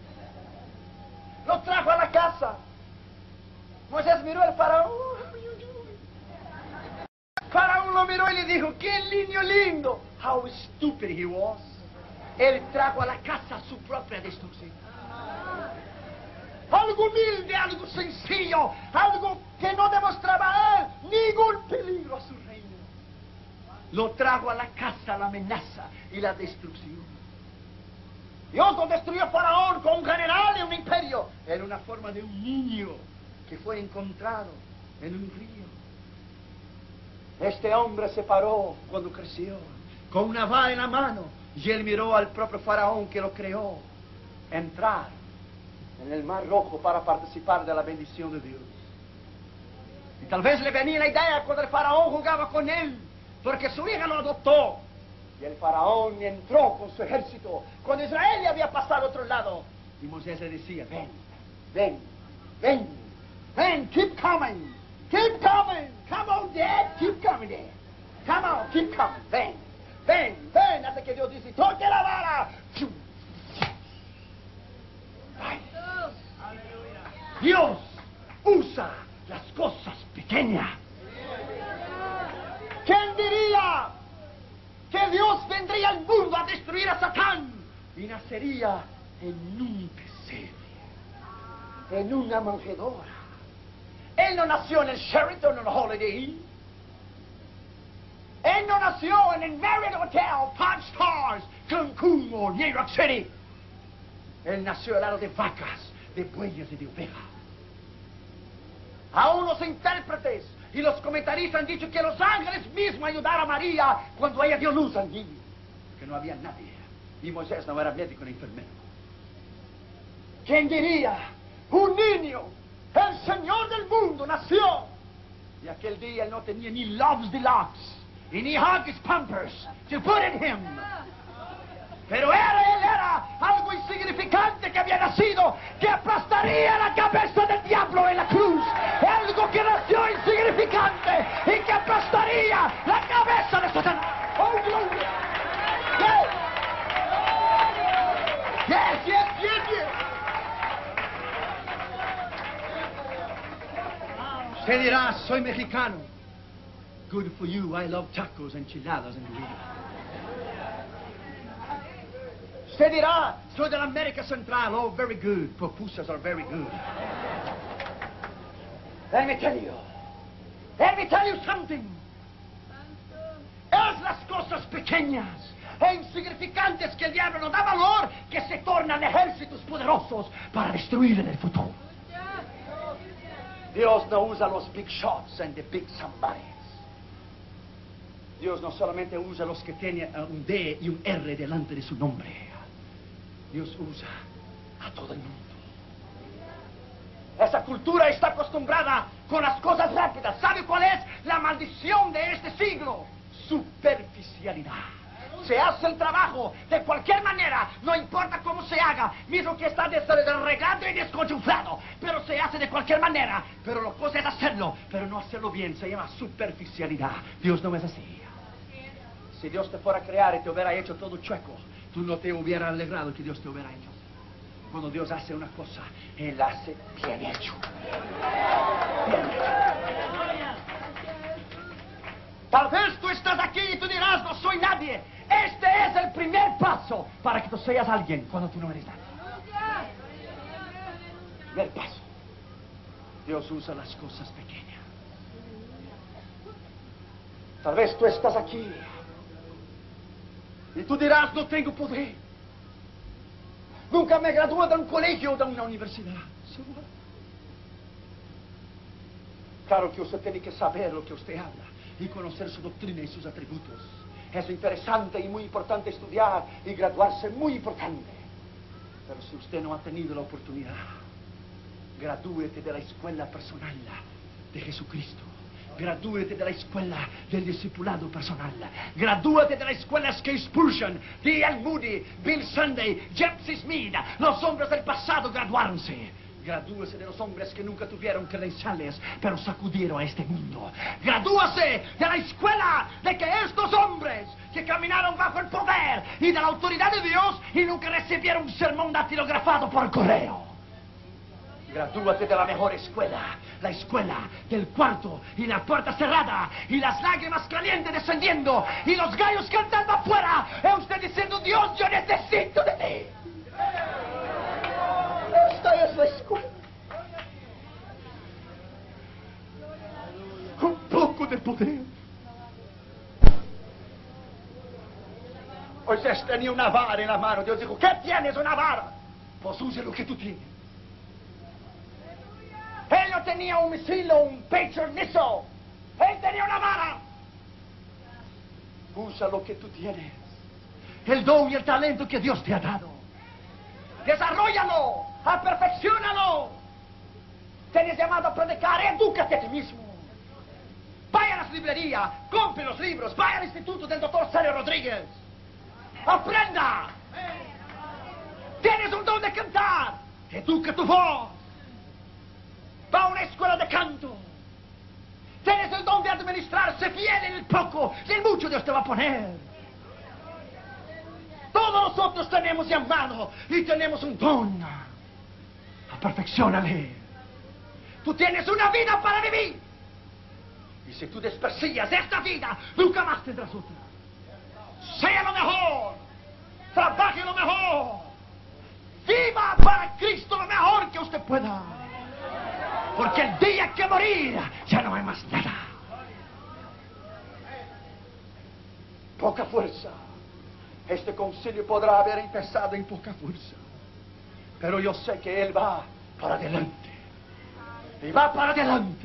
Lo trajo a la casa. Moisés miró al Faraón. Oh, how you doing? Faraón lo miró y le dijo, qué niño lindo. How stupid he was. Él trajo a la casa su propia destrucción. Algo humilde, algo sencillo, algo que no demostraba a él ningún peligro a su reino. Lo trajo a la casa la amenaza y la destrucción. Dios no destruyó a Faraón con un general y un imperio. Era una forma de un niño que fue encontrado en un río. Este hombre se paró cuando creció, con una vara en la mano, y él miró al propio Faraón que lo creó entrar en el Mar Rojo para participar de la bendición de Dios. Y tal vez le venía la idea cuando el Faraón jugaba con él, porque su hija lo adoptó. Y el Faraón entró con su ejército cuando Israel ya había pasado al otro lado. Y Moisés le decía, ven, ven, ven, ven, keep coming, keep coming, come on, Dad, keep coming, Dad. Come on, keep coming, ven, ven, ven, hasta que Dios dice, toque la vara. Ay. Dios usa las cosas pequeñas. ¿Quién diría que Dios vendría al mundo a destruir a Satán y nacería en un pesebre, en una manjedora? Él no nació en el Sheraton o en el Holiday Inn. Él no nació en el Marriott Hotel, 5 Stars, Cancún o New York City. Él nació al lado de vacas, de bueyes y de ovejas. Aún los intérpretes y los comentaristas han dicho que los ángeles mismos ayudaron a María cuando ella dio luz al niño, que no había nadie. Y Moisés no era médico ni enfermero. ¿Quién diría? Un niño, el Señor del mundo, nació. Y aquel día él no tenía ni Love's Deluxe y ni Huggies Pampers to put in him. Pero él era algo insignificante que había nacido, que aplastaría la cabeza del diablo en la cruz. Algo que nació insignificante y que aplastaría la cabeza de Satanás. ¡Oh, gloria! Yes, yes, yes, yes. Usted dirá, soy mexicano. Good for you, I love tacos, enchiladas and burritos. Usted dirá, soy de la América Central. Oh, very good. Pupusas are very good. Let me tell you something. Es las cosas pequeñas e insignificantes que el diablo no da valor que se tornan ejércitos poderosos para destruir en el futuro. Dios no usa los big shots and the big somebodies. Dios no solamente usa los que tienen un D y un R delante de su nombre. Dios usa a todo el mundo. Esa cultura está acostumbrada con las cosas rápidas. ¿Sabe cuál es la maldición de este siglo? Superficialidad. Se hace el trabajo de cualquier manera, no importa cómo se haga, mismo que está desarreglado y desconchuflado, pero se hace de cualquier manera. Pero la cosa es hacerlo, pero no hacerlo bien. Se llama superficialidad. Dios no es así. Si Dios te fuera a crear y te hubiera hecho todo chueco, tú no te hubieras alegrado que Dios te hubiera hecho. Cuando Dios hace una cosa, Él hace bien hecho. Bien hecho. Tal vez tú estás aquí y tú dirás, no soy nadie. Este es el primer paso para que tú seas alguien cuando tú no eres nadie. Primer paso. Dios usa las cosas pequeñas. Tal vez tú estás aquí y tú dirás, no tengo poder. Nunca me gradué de un colegio o de una universidad. Claro que usted tiene que saber lo que usted habla y conocer su doctrina y sus atributos. Es interesante y muy importante estudiar y graduarse, muy importante. Pero si usted no ha tenido la oportunidad, gradúete de la escuela personal de Jesucristo. Gradúate de la escuela del discipulado personal. Gradúate de las escuelas que Spurgeon, D.L. Moody, Bill Sunday, Jepsy Smith, los hombres del pasado graduáronse. Gradúese de los hombres que nunca tuvieron credenciales, pero sacudieron a este mundo. Gradúase de la escuela de que estos hombres que caminaron bajo el poder y de la autoridad de Dios y nunca recibieron un sermón datilografado por correo. Gradúate de la mejor escuela, la escuela del cuarto y la puerta cerrada y las lágrimas calientes descendiendo y los gallos cantando afuera. Es usted diciendo, Dios, yo necesito de ti. Esta es la escuela. Un poco de poder. Moisés tenía una vara en la mano. Dios dijo, ¿qué tienes? Una vara. Pues usa lo que tú tienes. Él no tenía un misil o un Patriot missile. Él tenía una vara. Usa lo que tú tienes. El don y el talento que Dios te ha dado. Desarrollalo. Perfecciónalo. Tienes llamado a predicar. Edúcate a ti mismo. Vaya a las librerías. Compre los libros. Vaya al instituto del doctor Sergio Rodríguez. Aprenda. Tienes un don de cantar. Educa tu voz. Va a una escuela de canto. Tienes el don de administrar. Sé fiel en el poco y en mucho Dios te va a poner. Todos nosotros tenemos llamado y tenemos un don. Perfecciónale. Tú tienes una vida para vivir. Y si tú desprecias esta vida, nunca más tendrás otra. Sea lo mejor. Trabaje lo mejor. Viva para Cristo lo mejor que usted pueda. Porque el día que morir ya no hay más nada. Poca fuerza. Este concilio podrá haber empezado en poca fuerza. Pero yo sé que Él va para adelante. Y va para adelante.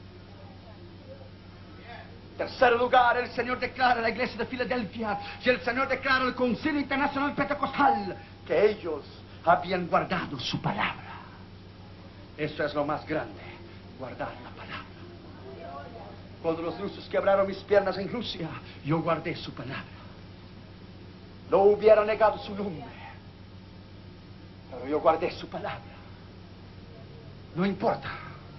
En tercer lugar, el Señor declara a la iglesia de Filadelfia y el Señor declara al Concilio Internacional Pentecostal que ellos habían guardado su palabra. Eso es lo más grande, guardar la palabra. Cuando los rusos quebraron mis piernas en Rusia, yo guardé su palabra. No hubiera negado su nombre, pero yo guardé su palabra. No importa.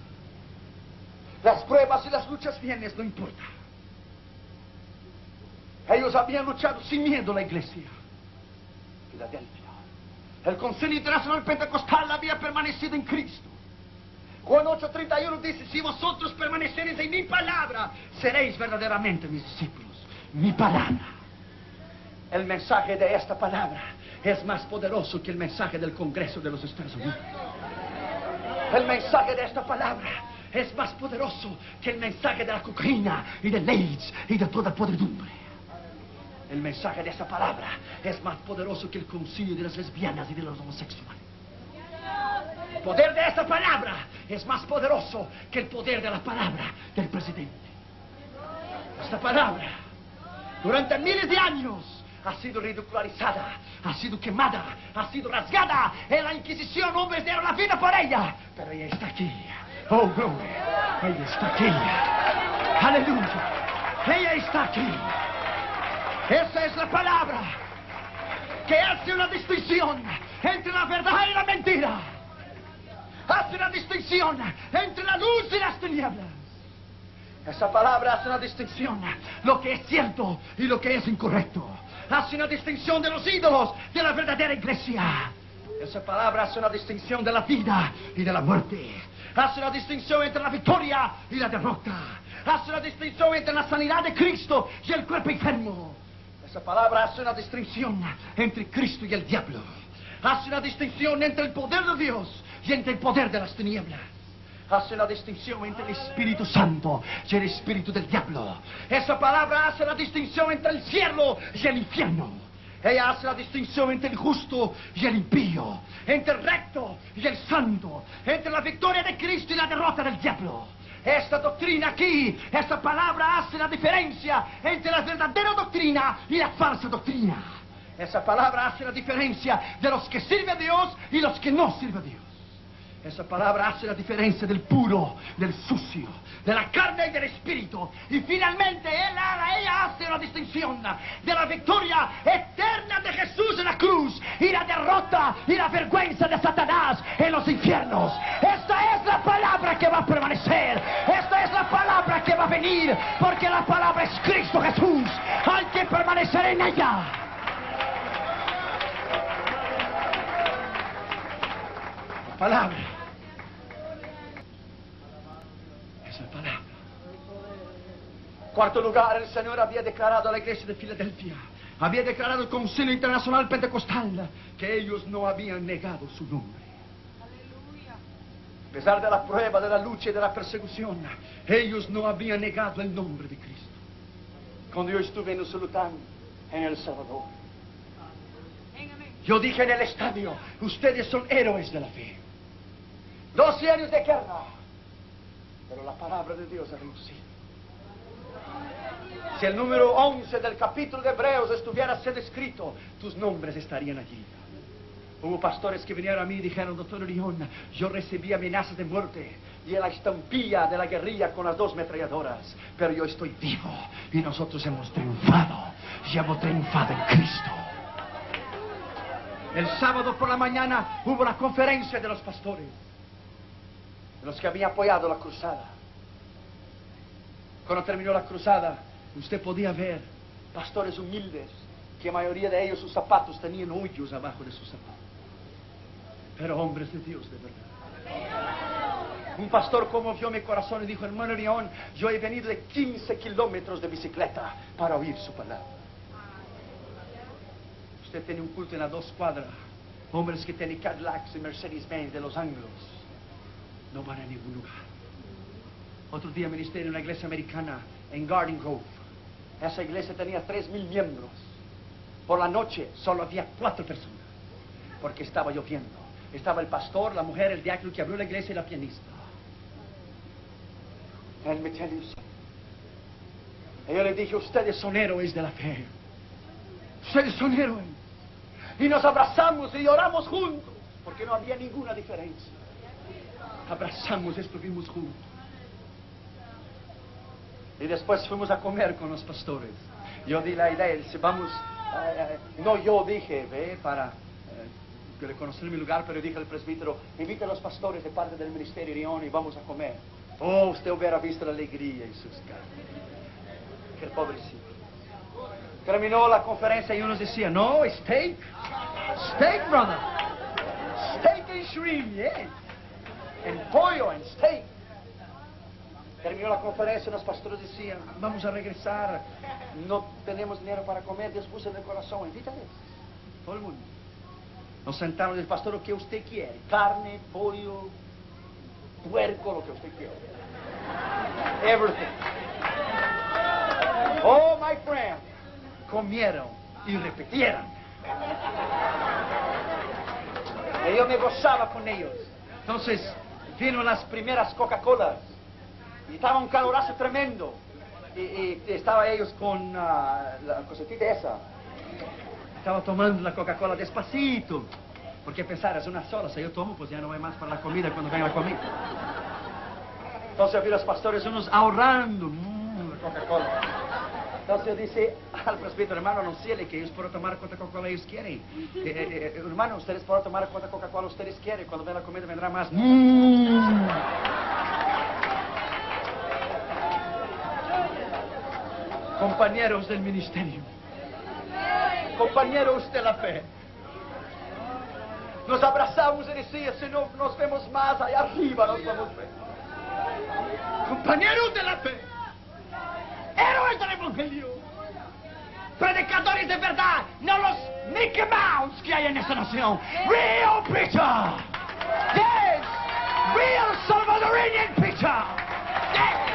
Las pruebas y las luchas vienen, no importa. Ellos habían luchado sin miedo la iglesia. Filadelfia. El Concilio Internacional Pentecostal había permanecido en Cristo. Juan 8:31 dice, si vosotros permaneceréis en mi palabra, seréis verdaderamente mis discípulos. Mi palabra. El mensaje de esta palabra es más poderoso que el mensaje del Congreso de los Estados Unidos. El mensaje de esta palabra es más poderoso que el mensaje de la cocaína y del AIDS y de toda podredumbre. El mensaje de esta palabra es más poderoso que el concilio de las lesbianas y de los homosexuales. El poder de esta palabra es más poderoso que el poder de la palabra del presidente. Esta palabra, durante miles de años, ha sido ridicularizada, ha sido quemada, ha sido rasgada. En la Inquisición hombres dieron la vida por ella, pero ella está aquí. Oh, gloria. Ella está aquí. Aleluya. Ella está aquí. Esa es la palabra que hace una distinción entre la verdad y la mentira. Hace una distinción entre la luz y las tinieblas. Esa palabra hace una distinción lo que es cierto y lo que es incorrecto. Hace una distinción de los ídolos de la verdadera iglesia. Esa palabra hace una distinción de la vida y de la muerte. Hace una distinción entre la victoria y la derrota. Hace una distinción entre la sanidad de Cristo y el cuerpo enfermo. Esa palabra hace una distinción entre Cristo y el diablo. Hace una distinción entre el poder de Dios y entre el poder de las tinieblas. Hace una distinción entre el Espíritu Santo y el Espíritu del diablo. Esa palabra hace la distinción entre el cielo y el infierno. Ella hace la distinción entre el justo y el impío, entre el recto y el santo, entre la victoria de Cristo y la derrota del diablo. Esta doctrina aquí, esta palabra hace la diferencia entre la verdadera doctrina y la falsa doctrina. Esa palabra hace la diferencia de los que sirven a Dios y los que no sirven a Dios. Esa palabra hace la diferencia del puro, del sucio, de la carne y del espíritu. Y finalmente ella hace la distinción de la victoria eterna de Jesús en la cruz y la derrota y la vergüenza de Satanás en los infiernos. Esta es la palabra que va a permanecer. Esta es la palabra que va a venir, porque la palabra es Cristo Jesús. Hay que permanecer en ella. La palabra. Es la palabra. Cuarto lugar, el Señor había declarado a la iglesia de Filadelfia, había declarado al Concilio Internacional Pentecostal que ellos no habían negado su nombre. A pesar de la prueba, de la lucha y de la persecución, ellos no habían negado el nombre de Cristo. Cuando yo estuve en Usulután, en El Salvador, Yo dije en el estadio, ustedes son héroes de la fe. 12 años de guerra, pero la palabra de Dios ha vencido. Si el número 11 del capítulo de Hebreos estuviera siendo escrito, tus nombres estarían allí. Hubo pastores que vinieron a mí y dijeron: doctor León, yo recibí amenazas de muerte y en la estampilla de la guerrilla con las 2 ametralladoras, pero yo estoy vivo y nosotros hemos triunfado y hemos triunfado en Cristo. El sábado por la mañana hubo la conferencia de los pastores, de los que habían apoyado la cruzada. Cuando terminó la cruzada, usted podía ver pastores humildes, que la mayoría de ellos sus zapatos tenían hoyos abajo de sus zapatos. Pero hombres de Dios de verdad. Un pastor conmovió mi corazón y dijo: hermano León, yo he venido de 15 kilómetros de bicicleta para oír su palabra. Usted tiene un culto en las 2 cuadras. Hombres que tienen Cadillacs y Mercedes-Benz de los anglos no van a ningún lugar. Otro día ministré en una iglesia americana en Garden Grove. Esa iglesia tenía 3,000 miembros. Por la noche solo había 4 personas, porque estaba lloviendo. Estaba el pastor, la mujer, el diácono que abrió la iglesia y la pianista. Él me tell you something. Y yo le dije: ustedes son héroes de la fe. Ustedes son héroes. Y nos abrazamos y oramos juntos, porque no había ninguna diferencia. Abrazamos y estuvimos juntos. Y después fuimos a comer con los pastores. Yo di la idea, dice: vamos, no yo dije, ve, para reconocer mi lugar, pero dije al presbítero: invita a los pastores de parte del ministerio León y vamos a comer. Oh, usted hubiera visto la alegría en sus caras. Que el pobrecito. Terminó la conferencia y unos decían: no, steak. Steak, brother. Steak and shrimp, yes. En pollo, en steak. Terminó la conferencia y los pastores decían: vamos a regresar, no tenemos dinero para comer. Dios puso en el corazón, invítales. Todo el mundo. Nos sentamos y el pastor: lo que usted quiere, carne, pollo, puerco, lo que usted quiere. Everything. Oh, my friend. Comieron y repitieron. Y yo me gozaba con ellos. Entonces vino las primeras Coca-Colas y estaba un calorazo tremendo. Y estaba ellos con la cosetita esa. Estaba tomando la Coca-Cola despacito, porque pensar, es una sola, si yo tomo, pues ya no hay más para la comida cuando venga la comida. Entonces yo vi a los pastores unos ahorrando la Coca-Cola. Entonces yo dije al presbítero: hermano, anunciele que ellos pueden tomar cuánta Coca-Cola ellos quieren. Hermano, ustedes pueden tomar cuánta Coca-Cola ustedes quieren. Cuando venga la comida vendrá más. Compañeros del ministerio, compañeros de la fe, nos abrazamos y decía: si no nos vemos más allá arriba, nos vamos a ver. Compañeros de la fe, héroes del evangelio, predicadores de verdad, no los Mickey Mouse que hay en esta nación. Real preacher, yes, real Salvadorian preacher, yes.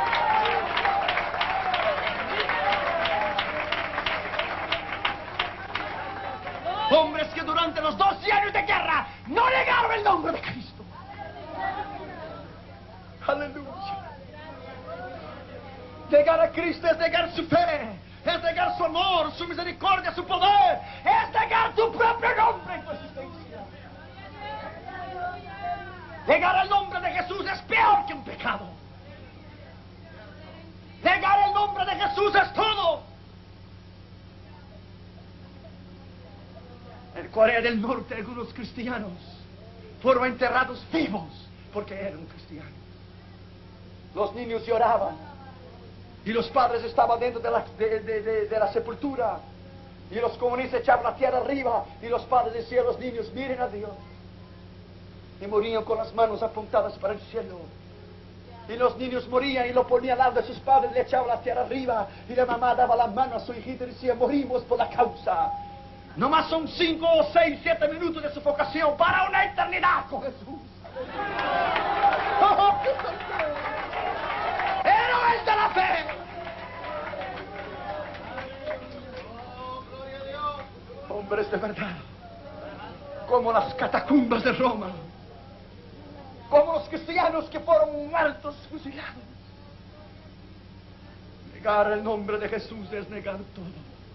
Hombres que durante los 12 años de guerra no negaron el nombre de Cristo. Aleluya. Negar a Cristo es negar su fe, es negar su amor, su misericordia, su poder, es negar tu propio nombre en tu existencia. Negar el nombre de Jesús es peor que un pecado. Negar el nombre de Jesús es todo. En Corea del Norte algunos cristianos fueron enterrados vivos porque eran cristianos. Los niños lloraban y los padres estaban dentro de la sepultura y los comunistas echaban la tierra arriba y los padres decían a los niños: miren a Dios. Y morían con las manos apuntadas para el cielo. Y los niños morían y lo ponían al lado de sus padres, le echaban la tierra arriba y la mamá daba la mano a su hijita y decía: morimos por la causa. Nomás son 5 o 6, 7 minutos de sufocación para una eternidad con Jesús. Héroes de la fe. Hombres de verdad. como las catacumbas de Roma, como los cristianos que fueron muertos, fusilados. Negar el nombre de Jesús es negar todo.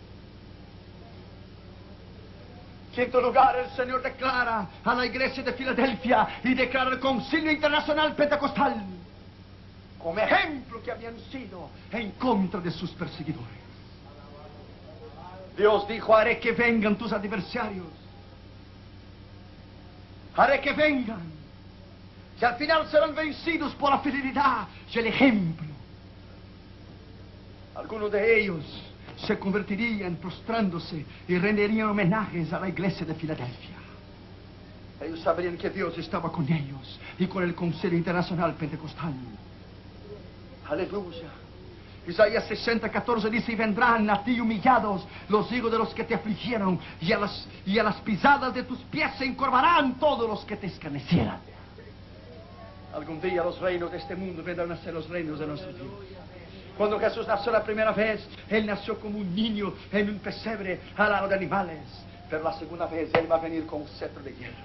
En quinto lugar, el Señor declara a la iglesia de Filadelfia y declara al Concilio Internacional Pentecostal como ejemplo que habían sido en contra de sus perseguidores. Dios dijo: haré que vengan tus adversarios, haré que vengan, y al final serán vencidos por la fidelidad y el ejemplo. Algunos de ellos se convertirían prostrándose y rendirían homenajes a la iglesia de Filadelfia. Ellos sabrían que Dios estaba con ellos y con el Concilio Internacional Pentecostal. Aleluya. Isaías 60:14 dice: y vendrán a ti humillados los hijos de los que te afligieron, y a las pisadas de tus pies se encorvarán todos los que te escarnecieran. Algún día los reinos de este mundo vendrán a ser los reinos de nuestro Dios. Cuando Jesús nació la primera vez, Él nació como un niño en un pesebre al lado de animales. Pero la segunda vez Él va a venir con un cetro de hierro.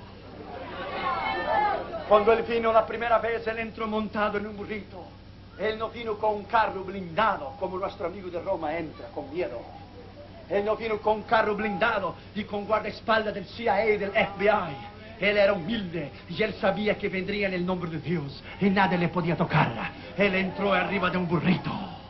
Cuando Él vino la primera vez, Él entró montado en un burrito. Él no vino con un carro blindado como nuestro amigo de Roma entra con miedo. Él no vino con un carro blindado y con guardaespaldas del CIA y del FBI. Él era humilde y él sabía que vendría en el nombre de Dios y nadie le podía tocar. Él entró arriba de un burrito.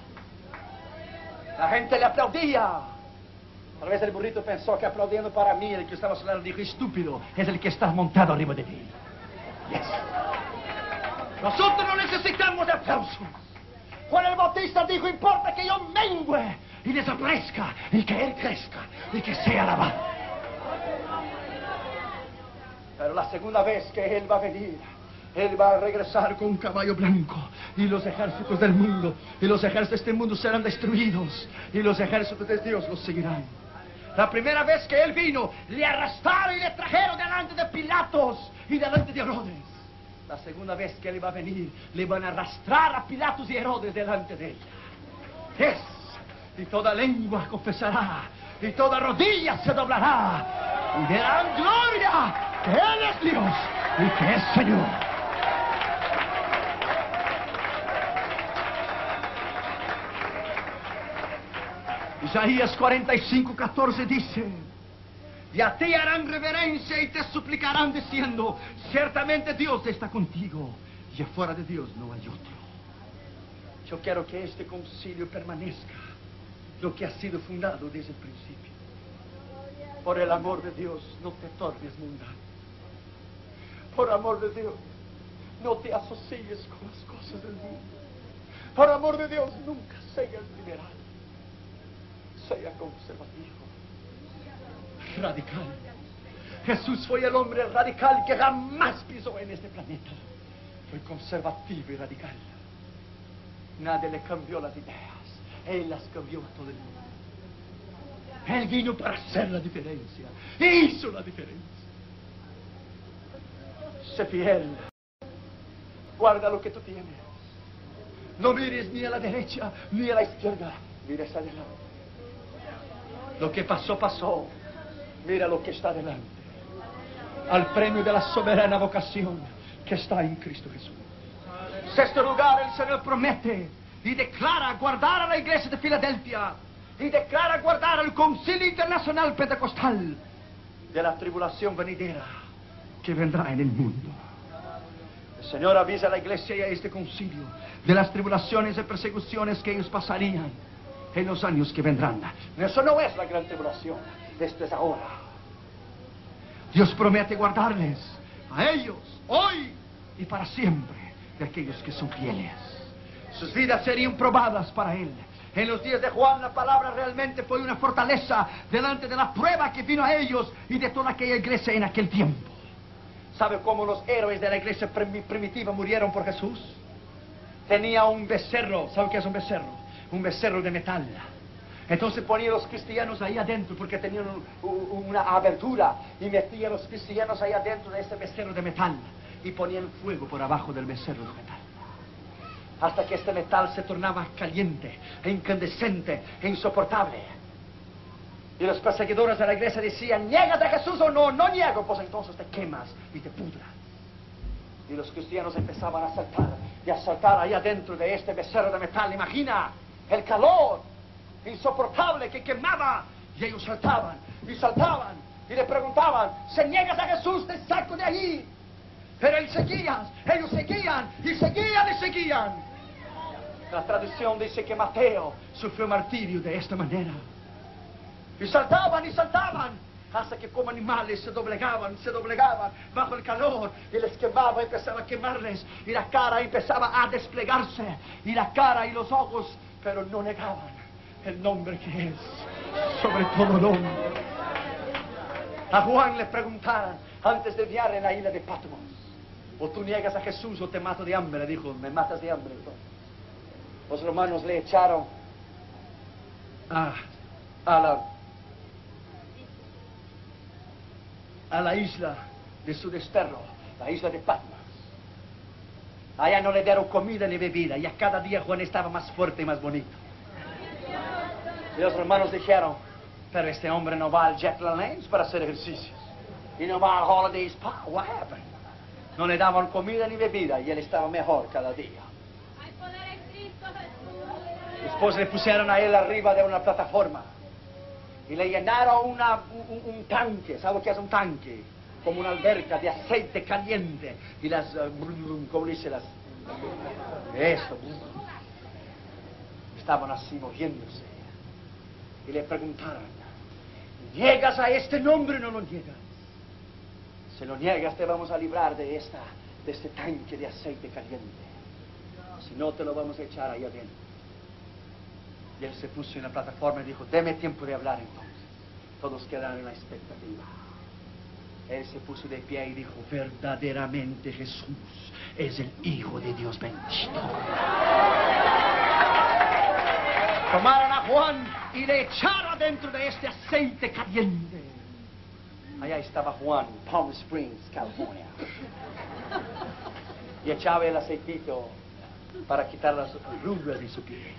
La gente le aplaudía. Tal vez el burrito pensó que aplaudiendo para mí, el que estaba a su lado dijo: estúpido, es el que está montado arriba de ti. Yes. Nosotros no necesitamos de aplausos. Juan el Bautista dijo: importa que yo mengüe y desaparezca, y que Él crezca, y que sea alabado. Pero la segunda vez que Él va a venir, Él va a regresar con un caballo blanco, y los ejércitos del mundo, y los ejércitos de este mundo serán destruidos, y los ejércitos de Dios los seguirán. La primera vez que Él vino, le arrastraron y le trajeron delante de Pilatos y delante de Herodes. La segunda vez que Él va a venir, le van a arrastrar a Pilatos y Herodes delante de ella. Y toda lengua confesará, y toda rodilla se doblará, y darán gloria que Él es Dios y que es Señor. Isaías 45:14 dice: y a ti harán reverencia y te suplicarán diciendo: ciertamente Dios está contigo, y afuera de Dios no hay otro. Yo quiero que este concilio permanezca lo que ha sido fundado desde el principio. Por el amor de Dios, no te tornes mundano. Por amor de Dios, no te asocies con las cosas del mundo. Por amor de Dios, nunca seas liberal. Sea conservativo, radical. Jesús fue el hombre radical que jamás pisó en este planeta. Fue conservativo y radical. Nadie le cambió las ideas. Él las cambió a todo el mundo. Él vino para hacer la diferencia. Hizo la diferencia. Sé fiel. Guarda lo que tú tienes. No mires ni a la derecha ni a la izquierda. Mires adelante. Lo que pasó, pasó. Mira lo que está delante. Al premio de la soberana vocación que está en Cristo Jesús. Sexto lugar, el Señor promete y declara guardar a la iglesia de Filadelfia y declara guardar al Concilio Internacional Pentecostal de la tribulación venidera que vendrá en el mundo. El Señor avisa a la iglesia y a este concilio de las tribulaciones y persecuciones que ellos pasarían en los años que vendrán. Eso no es la gran tribulación, esto es ahora. Dios promete guardarles a ellos hoy y para siempre de aquellos que son fieles. Sus vidas serían probadas para Él. En los días de Juan la palabra realmente fue una fortaleza delante de la prueba que vino a ellos y de toda aquella iglesia en aquel tiempo. ¿Sabe cómo los héroes de la iglesia primitiva murieron por Jesús? Tenía un becerro. ¿Sabe qué es un becerro? Un becerro de metal. Entonces ponían los cristianos ahí adentro porque tenían una abertura y metían los cristianos ahí adentro de este becerro de metal y ponían fuego por abajo del becerro de metal hasta que este metal se tornaba caliente e incandescente e insoportable. Y los perseguidores de la iglesia decían, ¿niegas a Jesús o no? No niego, pues entonces te quemas y te pudras. Y los cristianos empezaban a saltar y a saltar allá dentro de este becerro de metal. Imagina el calor insoportable que quemaba. Y ellos saltaban y saltaban y le preguntaban, si niegas a Jesús te saco de allí. Pero ellos seguían y seguían y seguían. La tradición dice que Mateo sufrió martirio de esta manera. Y saltaban, hasta que como animales se doblegaban bajo el calor, y les quemaba, empezaba a quemarles, y la cara empezaba a desplegarse, y la cara y los ojos, pero no negaban el nombre que es sobre todo nombre. A Juan le preguntaron, antes de enviar en la isla de Patmos, o tú niegas a Jesús o te mato de hambre. Le dijo, me matas de hambre entonces. Los romanos le echaron a la isla de su desterro, la isla de Patmos. Allá no le dieron comida ni bebida, y a cada día Juan estaba más fuerte y más bonito. Y los romanos dijeron, pero este hombre no va al Jetland Lanes para hacer ejercicios, y no va al Holiday Spa. What happened? No le daban comida ni bebida, y él estaba mejor cada día. Después le pusieron a él arriba de una plataforma y le llenaron un tanque. ¿Sabe qué es un tanque? Como una alberca de aceite caliente. Y las, ¿cómo dice? Eso. Estaban así moviéndose. Y le preguntaron, ¿niegas a este nombre o no lo niegas? Si lo niegas te vamos a librar de este tanque de aceite caliente. Si no, te lo vamos a echar ahí adentro. Y él se puso en la plataforma y dijo, deme tiempo de hablar entonces. Todos quedaron en la expectativa. Él se puso de pie y dijo, verdaderamente Jesús es el Hijo de Dios bendito. Tomaron a Juan y le echaron dentro de este aceite caliente. Allá estaba Juan, Palm Springs, California. Y echaba el aceitito para quitar las arrugas de su piel.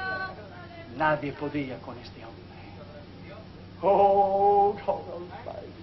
Nadie podía con este hombre. Oh, God Almighty.